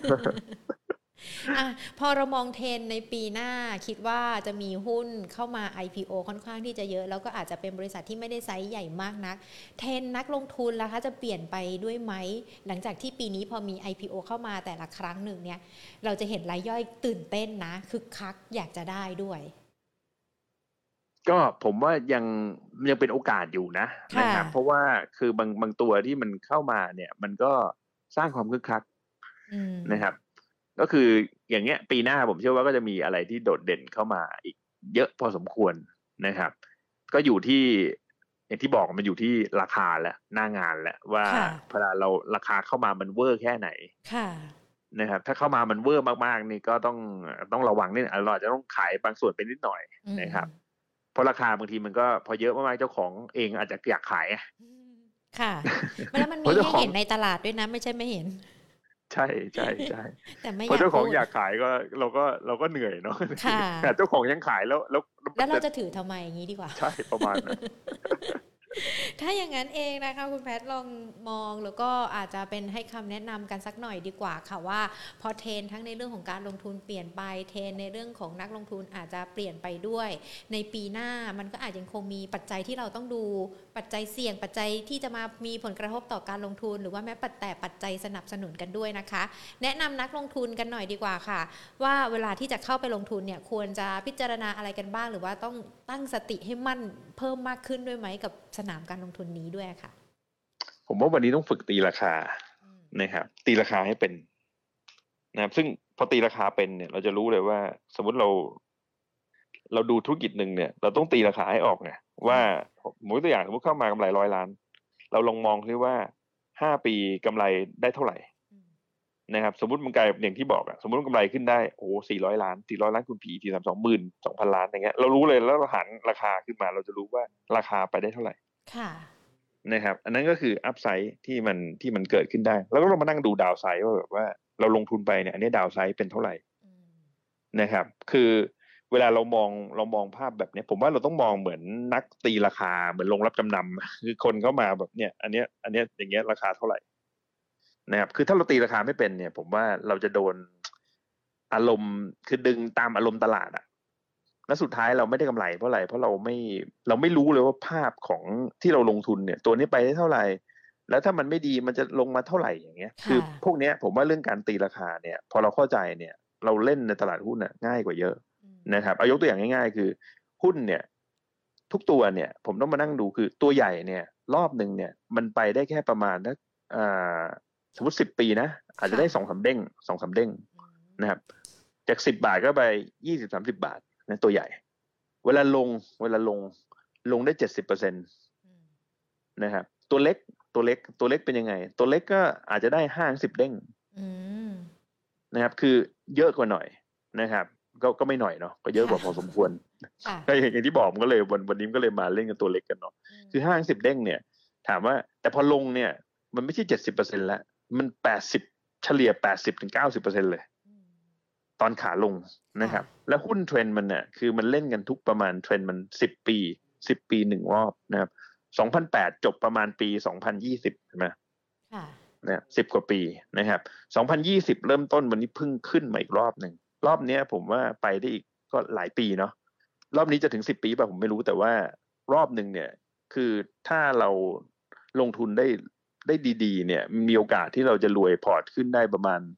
พอเรามองเทรนในปีหน้าคิดว่าจะมีหุ้นเข้ามา IPO ค่อนข้างที่จะเยอะแล้วก็อาจจะเป็นบริษัทที่ไม่ได้ไซส์ใหญ่มากนักเทรนนักลงทุนล่ะคะจะเปลี่ยนไปด้วยไหมหลังจากที่ปีนี้พอมี IPO เข้ามาแต่ละครั้งหนึ่งเนี่ยเราจะเห็นรายย่อยตื่นเต้นนะคึกคักอยากจะได้ด้วยก็ผมว่ายังเป็นโอกาสอยู่นะครับเพราะว่าคือบางตัวที่มันเข้ามาเนี่ยมันก็สร้างความคึกคักนะครับก็คืออย่างเงี้ยปีหน้าผมเชื่อว่าก็จะมีอะไรที่โดดเด่นเข้ามาอีกเยอะพอสมควรนะครับก็อยู่ที่อย่างที่บอกมันอยู่ที่ราคาและหน้างานแหละว่าเวลาเราราคาเข้ามามันเวอร์แค่ไหนนะครับถ้าเข้ามามันเวอร์มากๆนี่ก็ต้องระวังนิดเราอาจจะต้องขายบางส่วนไปนิดหน่อยนะครับเพราะราคาบางทีมันก็พอเยอะมากๆเจ้าของเองอาจจะอยากขายค่ะแล้วมันมีให้เห็นในตลาดด้วยนะไม่ใช่ไม่เห็นใช่เพราะเจ้าของอยากขายก็เราก็เหนื่อยเนาะแต่เจ้าของยังขายแล้วเราจะถือทำไมอย่างนี้ดีกว่าใช่ประมาณนั้นถ้าอย่างนั้นเองนะคะคุณแพทลองมองแล้วก็อาจจะเป็นให้คำแนะนำกันสักหน่อยดีกว่าค่ะว่าพอเทรนทั้งในเรื่องของการลงทุนเปลี่ยนไปเทรนในเรื่องของนักลงทุนอาจจะเปลี่ยนไปด้วยในปีหน้ามันก็อาจยังคงมีปัจจัยที่เราต้องดูปัจจัยเสี่ยงปัจจัยที่จะมามีผลกระทบต่อการลงทุนหรือว่าแม้แต่ปัจจัยสนับสนุนกันด้วยนะคะแนะนำนักลงทุนกันหน่อยดีกว่าค่ะว่าเวลาที่จะเข้าไปลงทุนเนี่ยควรจะพิจารณาอะไรกันบ้างหรือว่าต้องตั้งสติให้มั่นเพิ่มมากขึ้นด้วยไหมกับสนามการลงทุนนี้ด้วยค่ะผมว่าวันนี้ต้องฝึกตีราคานะครับตีราคาให้เป็นนะครับซึ่งพอตีราคาเป็นเนี่ยเราจะรู้เลยว่าสมมติเราดูธุรกิจหนึ่งเนี่ยเราต้องตีราคาให้ออกไงว่าตัวอย่างสมมติเข้ามากำไร100 ล้านเราลองมองซิว่า5 ปีกำไรได้เท่าไหร่นะครับสมมติมันกลายอย่างที่บอกอะสมมติกำไรขึ้นได้โอ้400 ล้านคูณ PE 32,000 ล้านอย่างเงี้ยเรารู้เลยแล้วเราหันราคาขึ้นมาเราจะรู้ว่าราคาไปได้เท่าไหร่ค่ะนะครับอันนั้นก็คืออัพไซด์ที่มันเกิดขึ้นได้แล้วก็เรามานั่งดูดาวไซด์ว่าแบบว่าเราลงทุนไปเนี่ยอันนี้ดาวไซด์เป็นเท่าไหร่นะครับคือเวลาเรามองภาพแบบนี้ผมว่าเราต้องมองเหมือนนักตีราคาเหมือนลงรับจำนำคือคนเข้ามาแบบเนี่ยอันเนี้ยอย่างเงี้ยราคาเท่าไหร่นะครับคือถ้าเราตีราคาไม่เป็นเนี่ยผมว่าเราจะโดนอารมณ์คือดึงตามอารมณ์ตลาดอะแล้วสุดท้ายเราไม่ได้กำไรเพราะอะไรเพราะเราไม่รู้เลยว่าภาพของที่เราลงทุนเนี่ยตัวนี้ไปได้เท่าไหร่แล้วถ้ามันไม่ดีมันจะลงมาเท่าไหร่อย่างเงี้ยคือพวกเนี้ยผมว่าเรื่องการตีราคาเนี่ยพอเราเข้าใจเนี่ยเราเล่นในตลาดหุ้นน่ะง่ายกว่าเยอะนะครับเอายกตัวอย่างง่ายๆคือหุ้นเนี่ยทุกตัวเนี่ยผมต้องมานั่งดูคือตัวใหญ่เนี่ยรอบนึงเนี่ยมันไปได้แค่ประมาณนักสมมติ10 ปีนะอาจจะได้2-3 เด้ง2-3 เด้งนะครับจาก10 บาทก็ไป20-30 บาทนะตัวใหญ่เวลาลงได้70%นะครับตัวเล็กเป็นยังไงตัวเล็กก็อาจจะได้5-10 เด้งนะครับคือเยอะกว่าหน่อยนะครับก็ไม่หน่อยเนาะก็เยอะกว่าพอสมควรก็อย่างที่บอกมันก็เลยวันนี้ก็เลยมาเล่นกันตัวเล็กกันเนาะคือ5-10 เด้งเนี่ยถามว่าแต่พอลงเนี่ยมันไม่ใช่70%แล้วมัน80เฉลี่ย 80-90% เลยตอนขาลงนะครับแล้วหุ้นเทรนด์มันเนี่ยคือมันเล่นกันทุกประมาณเทรนด์มัน10 ปี1 รอบนะครับ2008จบประมาณปี2020ใช่ไหมเนี่ย10 กว่าปีนะครับ2020เริ่มต้นวันนี้เพิ่งขึ้นมาอีกรอบหนึ่งรอบนี้ผมว่าไปได้อีกก็หลายปีเนาะรอบนี้จะถึง10 ปีป่ะผมไม่รู้แต่ว่ารอบหนึ่งเนี่ยคือถ้าเราลงทุนได้ดีๆเนี่ยมีโอกาสที่เราจะรวยพอร์ตขึ้นได้ประมาณ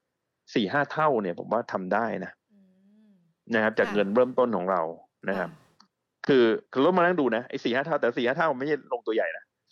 4-5 เท่าเนี่ยผมว่าทำได้นะครับจากเงินเริ่มต้นของเรานะครับคือเรามานั่งดูนะไอ้4-5 เท่าแต่4-5 เท่าไม่ใช่ลงตัวใหญ่นะ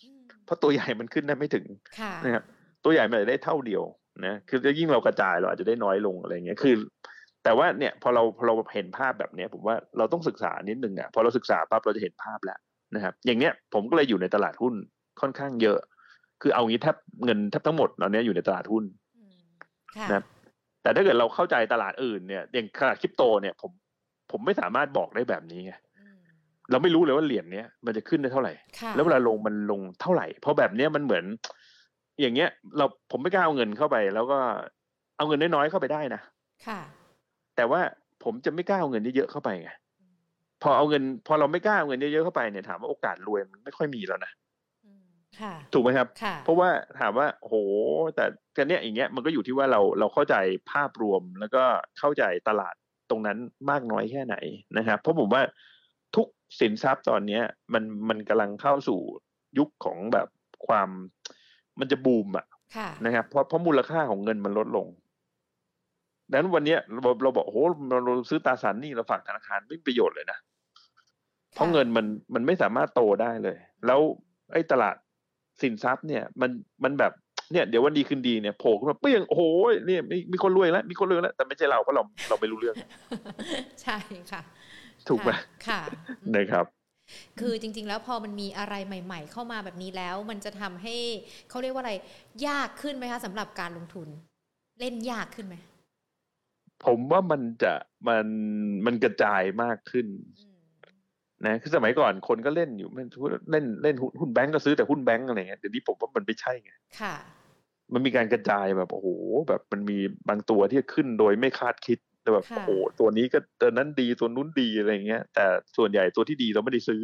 เพราะตัวใหญ่มันขึ้นได้ไม่ถึงค่ะนะครับตัวใหญ่มันอาจจะได้เท่าเดียวนะคือยิ่งเรากระจายเราอาจจะได้น้อยลงอะไรเงี้ยคือแต่ว่าเนี่ยพอเราเห็นภาพแบบเนี้ยผมว่าเราต้องศึกษานิดนึงอ่ะพอเราศึกษาปั๊บเราจะเห็นภาพแล้วนะครับอย่างเนี้ยผมก็เลยอยู่ในตลาดหุ้นค่อนข้างเยอะคือเอางี้แทบเงินแทบทั้งหมดตอนนี้อยู่ในตลาดหุ้นค่ะนะแต่ถ้าเกิดเราเข้าใจตลาดอื่นเนี่ยอย่างตลาดคริปโตเนี่ยผมไม่สามารถบอกได้แบบนี้ไงเราไม่รู้เลยว่าเหรียญเนี้ยมันจะขึ้นได้เท่าไหร่ค่ะแล้วเวลาลงมันลงเท่าไหร่เพราะแบบเนี้ยมันเหมือนอย่างเงี้ยผมไม่กล้าเอาเงินเข้าไปแล้วก็เอาเงินน้อยๆเข้าไปได้นะค่ะแต่ว่าผมจะไม่กล้าเอาเงินเยอะๆเข้าไปไงพอเราไม่กล้าเอาเงินเยอะๆเข้าไปเนี่ยถามว่าโอกาสรวยมันไม่ค่อยมีแล้วนะค่ะถูกไหมครับค่ะเพราะว่าถามว่าโหแต่กันเนี้ยอย่างเงี้ยมันก็อยู่ที่ว่าเราเข้าใจภาพรวมแล้วก็เข้าใจตลาดตรงนั้นมากน้อยแค่ไหนนะครับเพราะผมว่าทุกสินทรัพย์ตอนเนี้ยมันกำลังเข้าสู่ยุคของแบบความมันจะบูมอ่ะค่ะนะครับเพราะมูลค่าของเงินมันลดลงดังนั้นวันเนี้ยเราบอกโอ้โหเราซื้อตราสารหนี้เราฝากธนาคารไม่มีประโยชน์เลยนะเพราะเงินมันไม่สามารถโตได้เลยแล้วไอ้ตลาดสินทรัพย์เนี่ยมันแบบเนี่ยเดี๋ยววันดีคืนดีเนี่ยโผล่ขึ้นมาเปี้ยงโอ้โหเนี่ยมีคนรวยแล้วมีคนรวยแล้วแต่ไม่ใช่เราเพราะเราไม่รู้เรื่องใช่ค่ะถูกไหมค่ะนะครับคือจริงๆแล้วพอมันมีอะไรใหม่ๆเข้ามาแบบนี้แล้วมันจะทำให้เขาเรียกว่าอะไรยากขึ้นไหมคะสำหรับการลงทุนเล่นยากขึ้นไหมผมว่ามันกระจายมากขึ้นนะคือสมัยก่อนคนก็เล่นอยู่เล่นหุ้นแบงก์ก็ซื้อแต่หุ้นแบงก์อะไรเงี้ยเดี๋ยวนี้ผมว่ามันไม่ใช่ไงค่ะมันมีการกระจายแบบโอ้โหแบบมันมีบางตัวที่ขึ้นโดยไม่คาดคิดแต่แบบโอ้โหตัวนี้ก็ตัวนั้นดีตัวนู้นดีอะไรเงี้ยแต่ส่วนใหญ่ตัวที่ดีเราไม่ได้ซื้อ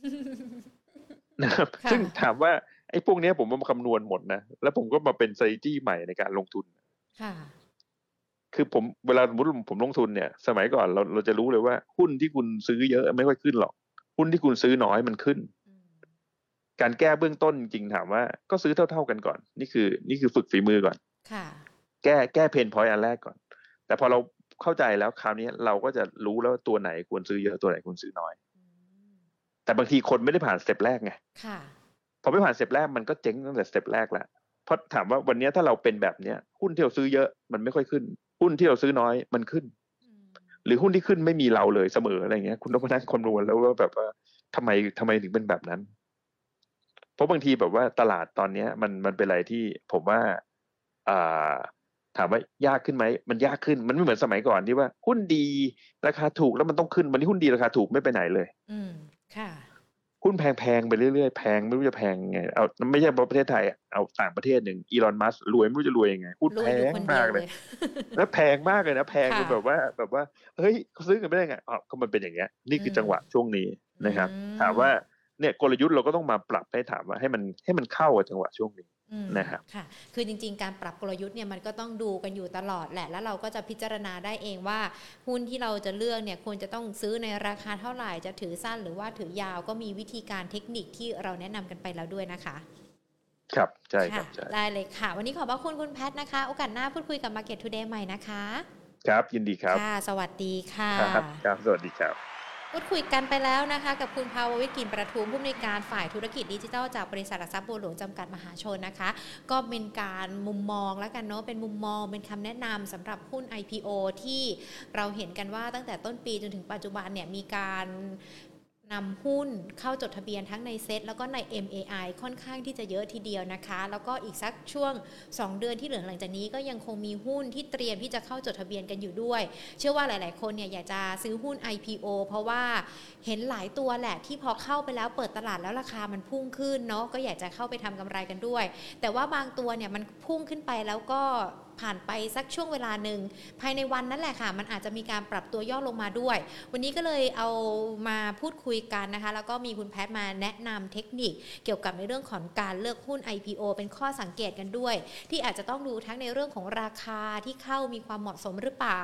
นะครับซึ่งถามว่าไอ้พวกนี้ผมมาคำนวณหมดนะแล้วผมก็มาเป็น strategy ใหม่ในการลงทุนค่ะคือเวลาสมมติผมลงทุนเนี่ยสมัยก่อนเราจะรู้เลยว่าหุ้นที่คุณซื้อเยอะไม่ค่อยขึ้นหรอกหุ้นที่คุณซื้อน้อยมันขึ้นการแก้เบื้องต้นจริงถามว่าก็ซื้อเท่าๆกันก่อนนี่คือฝึกฝีมือก่อนค่ะแก้เพนพอยต์อันแรกก่อนแต่พอเราเข้าใจแล้วคราวนี้เราก็จะรู้แล้วตัวไหนควรซื้อเยอะตัวไหนควรซื้อน้อยแต่บางทีคนไม่ได้ผ่านสเต็ปแรกไงพอไม่ผ่านสเต็ปแรกมันก็เจ๊งตั้งแต่สเต็ปแรกแล้วเพราะถามว่าวันนี้ถ้าเราเป็นแบบเนี้ยหุ้นที่เราซื้อเยอะมันไม่ค่อยขึ้นหุ้นที่เราซื้อน้อยมันขึ้นหรือหุ้นที่ขึ้นไม่มีเราเลยเสมออะไรเงี้ยคุณต้องมานั่งคำนวณแล้วว่าแบบว่าทำไมถึงเป็นแบบนั้นเพราะบางทีแบบว่าตลาดตอนนี้มันเป็นอะไรที่ผมว่าถามว่ายากขึ้นไหมมันยากขึ้นมันไม่เหมือนสมัยก่อนที่ว่าหุ้นดีราคาถูกแล้วมันต้องขึ้นวันนี้หุ้นดีราคาถูกไม่ไปไหนเลยค่ะหุ้นแพงไปเรื่อยๆแพงไม่รู้จะแพงไงเอาไม่ใช่ประเทศไทยเอาต่างประเทศหนึ่งอีลอนมัสก์รวยไม่รู้จะรวยยังไงหุ้นแพงมากเลยแล้วแพงมากเลยนะแพงจนแบบว่าเฮ้ยเขาซื้อกันไม่ได้ไงอ๋อก็มันเป็นอย่างเงี้ยนี่คือจังหวะช่วงนี้นะครับถามว่าเนี่ยกลยุทธ์เราก็ต้องมาปรับให้ถามว่าให้มันเข้ากับจังหวะช่วงนี้นะครับค่ะคือจริงๆการปรับกลยุทธ์เนี่ยมันก็ต้องดูกันอยู่ตลอดแหละแล้วเราก็จะพิจารณาได้เองว่าหุ้นที่เราจะเลือกเนี่ยควรจะต้องซื้อในราคาเท่าไหร่จะถือสั้นหรือว่าถือยาวก็มีวิธีการเทคนิคที่เราแนะนำกันไปแล้วด้วยนะคะครับใช่ครับได้เลยค่ะวันนี้ขอบพระคุณคุณแพทนะคะโอกาสหน้าพูดคุยกับ Market Today ใหม่นะคะครับยินดีครับค่ะสวัสดีค่ะครับสวัสดีครับพูดคุยกันไปแล้วนะคะกับคุณภาววิทย์ กลิ่นประทุมผู้อำนวยการฝ่ายธุรกิจดิจิทัลจากบริษัทหลักทรัพย์บัวหลวงจำกัดมหาชนนะคะก็เป็นการมุมมองแล้วกันเนาะเป็นมุมมองเป็นคำแนะนำสำหรับหุ้น IPO ที่เราเห็นกันว่าตั้งแต่ต้นปีจนถึงปัจจุบันเนี่ยมีการนำหุ้นเข้าจดทะเบียนทั้งในเซ็ตแล้วก็ใน MAI ค่อนข้างที่จะเยอะทีเดียวนะคะแล้วก็อีกสักช่วง2เดือนที่เหลือหลังจากนี้ก็ยังคงมีหุ้นที่เตรียมที่จะเข้าจดทะเบียนกันอยู่ด้วยเชื่อว่าหลายๆคนเนี่ยอยากจะซื้อหุ้น IPO เพราะว่าเห็นหลายตัวแหละที่พอเข้าไปแล้วเปิดตลาดแล้วราคามันพุ่งขึ้นเนาะก็อยากจะเข้าไปทำกำไรกันด้วยแต่ว่าบางตัวเนี่ยมันพุ่งขึ้นไปแล้วก็ผ่านไปสักช่วงเวลาหนึ่งภายในวันนั่นแหละค่ะมันอาจจะมีการปรับตัวย่อลงมาด้วยวันนี้ก็เลยเอามาพูดคุยกันนะคะแล้วก็มีคุณแพทมาแนะนำเทคนิคเกี่ยวกับในเรื่องของการเลือกหุ้น IPO เป็นข้อสังเกตกันด้วยที่อาจจะต้องดูทั้งในเรื่องของราคาที่เข้ามีความเหมาะสมหรือเปล่า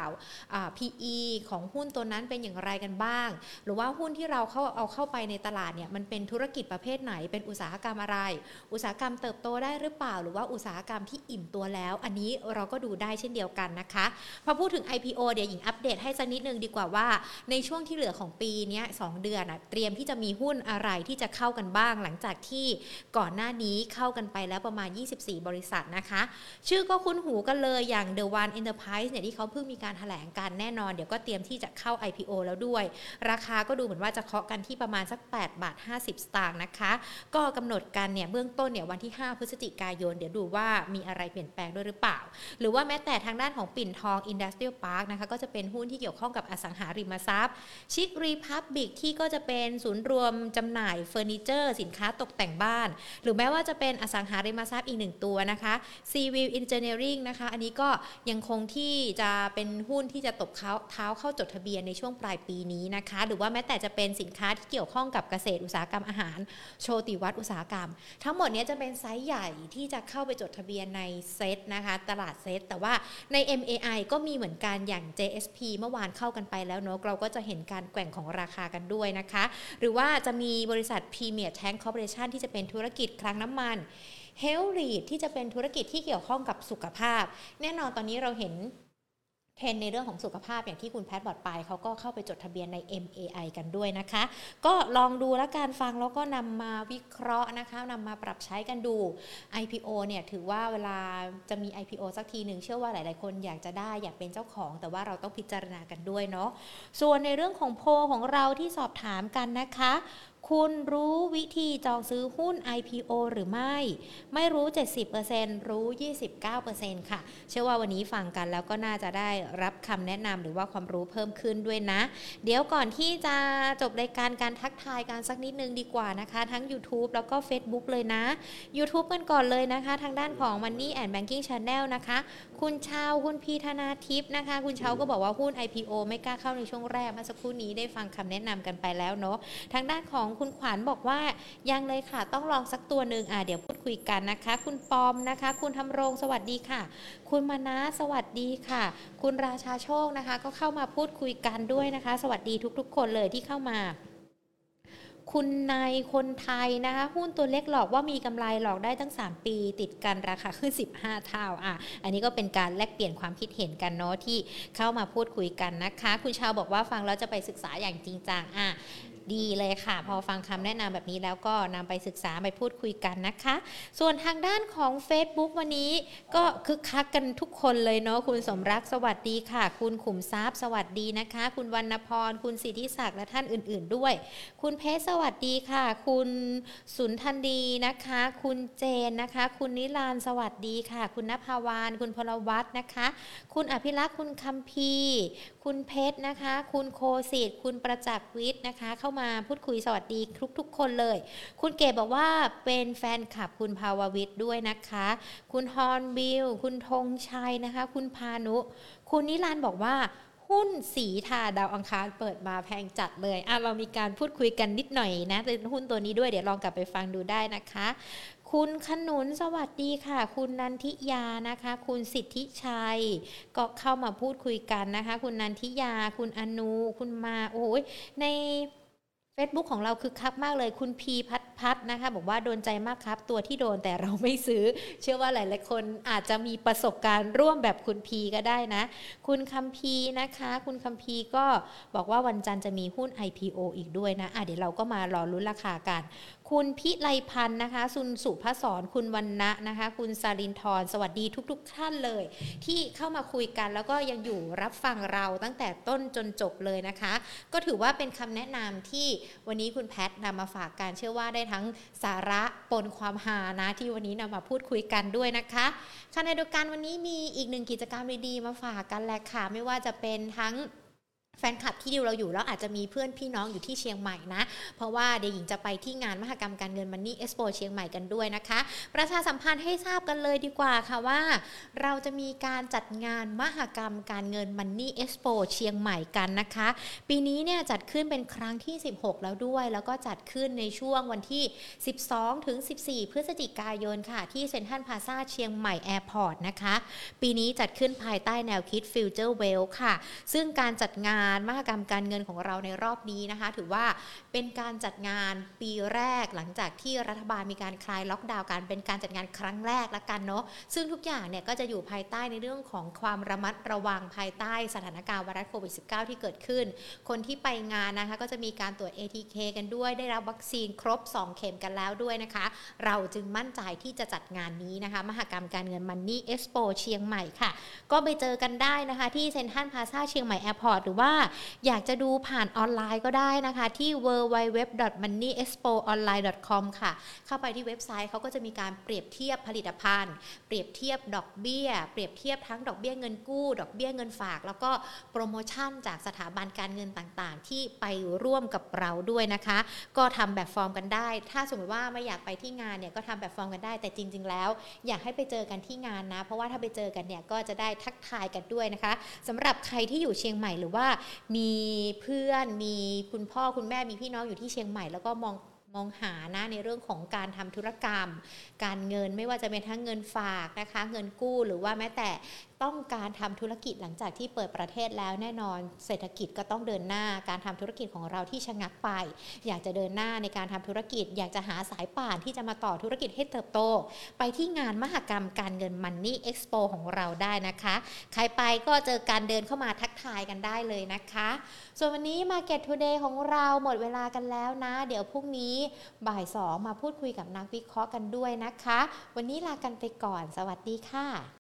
PE ของหุ้นตัวนั้นเป็นอย่างไรกันบ้างหรือว่าหุ้นที่เราเอาเข้าไปในตลาดเนี่ยมันเป็นธุรกิจประเภทไหนเป็นอุตสาหกรรมอะไรอุตสาหกรรมเติบโตได้หรือเปล่าหรือว่าอุตสาหกรรมที่อิ่มตัวแล้วอันนี้เราก็ดูได้เช่นเดียวกันนะคะพอพูดถึง IPO เดี๋ยวหญิงอัปเดตให้สักนิดนึงดีกว่าว่าในช่วงที่เหลือของปีนี้2เดือนเตรียมที่จะมีหุ้นอะไรที่จะเข้ากันบ้างหลังจากที่ก่อนหน้านี้เข้ากันไปแล้วประมาณ24บริษัทนะคะชื่อก็คุ้นหูกันเลยอย่าง The One Enterprise เนี่ยที่เขาเพิ่งมีการแถลงการแน่นอนเดี๋ยวก็เตรียมที่จะเข้า IPO แล้วด้วยราคาก็ดูเหมือนว่าจะเคาะกันที่ประมาณสัก8.50 บาทนะคะก็กำหนดกันเนี่ยเบื้องต้นเนี่ยวันที่5พฤศจิกายนเดี๋ยวดูว่ามีอะไรเปลี่ยนแปลงด้วยหรือเปล่าหรือว่าแม้แต่ทางด้านของปิ่นทอง Industrial Park นะคะก็จะเป็นหุ้นที่เกี่ยวข้องกับอสังหาริมทรัพย์ชิครีพับบิกที่ก็จะเป็นศูนย์รวมจำหน่ายเฟอร์นิเจอร์สินค้าตกแต่งบ้านหรือแม้ว่าจะเป็นอสังหาริมทรัพย์อีก1ตัวนะคะ Seaview Engineering นะคะอันนี้ก็ยังคงที่จะเป็นหุ้นที่จะตบเท้าเข้าจดทะเบียนในช่วงปลายปีนี้นะคะหรือว่าแม้แต่จะเป็นสินค้าที่เกี่ยวข้องกับเกษตรอุตสาหกรรมอาหารโชติวัฒน์อุตสาหกรรมทั้งหมดนี้จะเป็นไซส์ใหญ่ที่จะเข้าไปจดทะเบียนในเซตนะคะตลาดเซตแต่ว่าใน MAI ก็มีเหมือนกันอย่าง JSP เมื่อวานเข้ากันไปแล้วเนาะเราก็จะเห็นการแกว่งของราคากันด้วยนะคะหรือว่าจะมีบริษัท Premier Tank Corporation ที่จะเป็นธุรกิจคลังน้ำมัน Health Lead ที่จะเป็นธุรกิจที่เกี่ยวข้องกับสุขภาพแน่นอนตอนนี้เราเห็นเทรนในเรื่องของสุขภาพอย่างที่คุณแพทบอกไปเขาก็เข้าไปจดทะเบียนใน MAI กันด้วยนะคะก็ลองดูและการฟังแล้วก็นำมาวิเคราะห์นะคะนำมาปรับใช้กันดู IPO เนี่ยถือว่าเวลาจะมี IPO สักทีหนึ่งเชื่อว่าหลายๆคนอยากจะได้อยากเป็นเจ้าของแต่ว่าเราต้องพิจารณากันด้วยเนาะส่วนในเรื่องของโพลของเราที่สอบถามกันนะคะคุณรู้วิธีจองซื้อหุ้น IPO หรือไม่รู้ 70% รู้ 29% ค่ะเชื่อว่าวันนี้ฟังกันแล้วก็น่าจะได้รับคำแนะนำหรือว่าความรู้เพิ่มขึ้นด้วยนะเดี๋ยวก่อนที่จะจบรายการทักทายกันสักนิดนึงดีกว่านะคะทั้ง YouTube แล้วก็ Facebook เลยนะ YouTube กันก่อนเลยนะคะทางด้านของ Money and Banking Channel นะคะคุณชาวคุณพีธนาทิพย์นะคะคุณชาวก็บอกว่าหุ้น IPO ไม่กล้าเข้าในช่วงแรกเมื่อสักครู่นี้ได้ฟังคำแนะนำกันไปแล้วเนาะทางด้านของคุณขวัญบอกว่ายังเลยค่ะต้องลองสักตัวหนึ่งเดี๋ยวพูดคุยกันนะคะคุณปอมนะคะคุณธำรงสวัสดีค่ะคุณมนะสวัสดีค่ะคุณราชาโชคนะคะก็เข้ามาพูดคุยกันด้วยนะคะสวัสดีทุกๆคนเลยที่เข้ามาคุณนายคนไทยนะคะหุ้นตัวเล็กหลอกว่ามีกำไรหลอกได้ตั้ง3ปีติดกันราคาขึ้น15เท่าอันนี้ก็เป็นการแลกเปลี่ยนความคิดเห็นกันเนาะที่เข้ามาพูดคุยกันนะคะคุณชาวบอกว่าฟังแล้วจะไปศึกษาอย่างจริงจังดีเลยค่ะพอฟังคำแนะนำแบบนี้แล้วก็นำไปศึกษาไปพูดคุยกันนะคะส่วนทางด้านของ Facebook วันนี้ก็คึกคักกันทุกคนเลยเนาะคุณสมรักสวัสดีค่ะคุณขุมทรัพย์สวัสดีนะคะคุณวรรณพรคุณสิทธิศักดิ์และท่านอื่นๆด้วยคุณเพชรสวัสดีค่ะคุณสุนทันดีนะคะคุณเจนนะคะคุณนิรานสวัสดีค่ะคุณณภาวานคุณพลวัฒน์นะคะคุณอภิรักษ์คุณคัมพีคุณเพชรนะคะคุณโคสิทธิ์คุณประจักษ์วิทย์นะคะเข้ามาพูดคุยสวัสดีทุกคนเลยคุณเก๋บอกว่าเป็นแฟนคลับคุณภาววิทย์ด้วยนะคะคุณฮอนบิลคุณธงชัยนะคะคุณพานุคุณนิรันดร์บอกว่าหุ้นสีทาดาวอังคารเปิดมาแพงจัดเลยเรามีการพูดคุยกันนิดหน่อยนะในหุ้นตัวนี้ด้วยเดี๋ยวลองกลับไปฟังดูได้นะคะคุณขนุนสวัสดีค่ะคุณนันทิยานะคะคุณสิทธิชัยก็เข้ามาพูดคุยกันนะคะคุณนันทิยาคุณอนุคุณมาโอ้ยใน Facebook ของเราคึกคักมากเลยคุณพีพัดนะคะบอกว่าโดนใจมากครับตัวที่โดนแต่เราไม่ซื้อเชื่อว่าหลายๆคนอาจจะมีประสบการณ์ร่วมแบบคุณพีก็ได้นะคุณคัมพีนะคะคุณคัมพีก็บอกว่าวันจันทร์จะมีหุ้น IPO อีกด้วยนะเดี๋ยวเราก็มารอลุ้นราคากันคุณพิไลพันธ์นะคะคุณสุภศรคุณวรรณะนะคะคุณสารินทร์สวัสดีทุกท่านเลยที่เข้ามาคุยกันแล้วก็ยังอยู่รับฟังเราตั้งแต่ต้นจนจบเลยนะคะก็ถือว่าเป็นคำแนะนำที่วันนี้คุณแพทนำมาฝากกันเชื่อว่าได้ทั้งสาระปนความฮานะที่วันนี้นำมาพูดคุยกันด้วยนะคะขณะเดียวกันวันนี้มีอีกหนึ่งกิจกรรมดีๆมาฝากกันแหละค่ะไม่ว่าจะเป็นทั้งแฟนคลับที่ดูเราอยู่แล้วอาจจะมีเพื่อนพี่น้องอยู่ที่เชียงใหม่นะเพราะว่าเดี๋ยวหญิงจะไปที่งานมหกรรมการเงิน Money Expo เชียงใหม่กันด้วยนะคะประชาสัมพันธ์ให้ทราบกันเลยดีกว่าค่ะว่าเราจะมีการจัดงานมหกรรมการเงิน Money Expo เชียงใหม่กันนะคะปีนี้เนี่ยจัดขึ้นเป็นครั้งที่16แล้วด้วยแล้วก็จัดขึ้นในช่วงวันที่12ถึง14พฤศจิกายนค่ะที่เซ็นทรัลพลาซ่าเชียงใหม่แอร์พอร์ตนะคะปีนี้จัดขึ้นภายใต้แนวคิด Future Wealth ค่ะซึ่งการจัดงานานมหกรรมการเงินของเราในรอบนี้นะคะถือว่าเป็นการจัดงานปีแรกหลังจากที่รัฐบาลมีการคลายล็อกดาวน์กันเป็นการจัดงานครั้งแรกละกันเนาะซึ่งทุกอย่างเนี่ยก็จะอยู่ภายใต้ในเรื่องของความระมัดระวังภายใต้สถานการณ์ไวรัสโควิด -19 ที่เกิดขึ้นคนที่ไปงานนะคะก็จะมีการตรวจ ATK กันด้วยได้รับวัคซีนครบ2 เข็มกันแล้วด้วยนะคะเราจึงมั่นใจที่จะจัดงานนี้นะคะมหกรรมการเงิน Money Expo เชียงใหม่ค่ะก็ไปเจอกันได้นะคะที่เซ็นทรัลพลาซ่าเชียงใหม่แอร์พอร์ตหรือว่าอยากจะดูผ่านออนไลน์ก็ได้นะคะที่ www.moneyexpoonline.com ค่ะเข้าไปที่เว็บไซต์เขาก็จะมีการเปรียบเทียบผลิตภัณฑ์เปรียบเทียบดอกเบี้ยเปรียบเทียบทั้งดอกเบี้ยเงินกู้ดอกเบี้ยเงินฝากแล้วก็โปรโมชั่นจากสถาบันการเงินต่างๆที่ไปร่วมกับเราด้วยนะคะก็ทำแบบฟอร์มกันได้ถ้าสมมติว่าไม่อยากไปที่งานเนี่ยก็ทำแบบฟอร์มกันได้แต่จริงๆแล้วอยากให้ไปเจอกันที่งานนะเพราะว่าถ้าไปเจอกันเนี่ยก็จะได้ทักทายกันด้วยนะคะสำหรับใครที่อยู่เชียงใหม่หรือว่ามีเพื่อนมีคุณพ่อคุณแม่มีพี่น้องอยู่ที่เชียงใหม่แล้วก็มองหานะในเรื่องของการทำธุรกรรมการเงินไม่ว่าจะเป็นทั้งเงินฝากนะคะเงินกู้หรือว่าแม้แต่ต้องการทำธุรกิจหลังจากที่เปิดประเทศแล้วแน่นอนเศรษฐกิจก็ต้องเดินหน้าการทำธุรกิจของเราที่ชะงักไปอยากจะเดินหน้าในการทำธุรกิจอยากจะหาสายป่านที่จะมาต่อธุรกิจให้เติบโตไปที่งานมหกรรมการเงิน Money Expo ของเราได้นะคะใครไปก็เจอการเดินเข้ามาทักทายกันได้เลยนะคะส่วนวันนี้ Market Today ของเราหมดเวลากันแล้วนะเดี๋ยวพรุ่งนี้บ่าย 2มาพูดคุยกับนักวิเคราะห์กันด้วยนะคะวันนี้ลากันไปก่อนสวัสดีค่ะ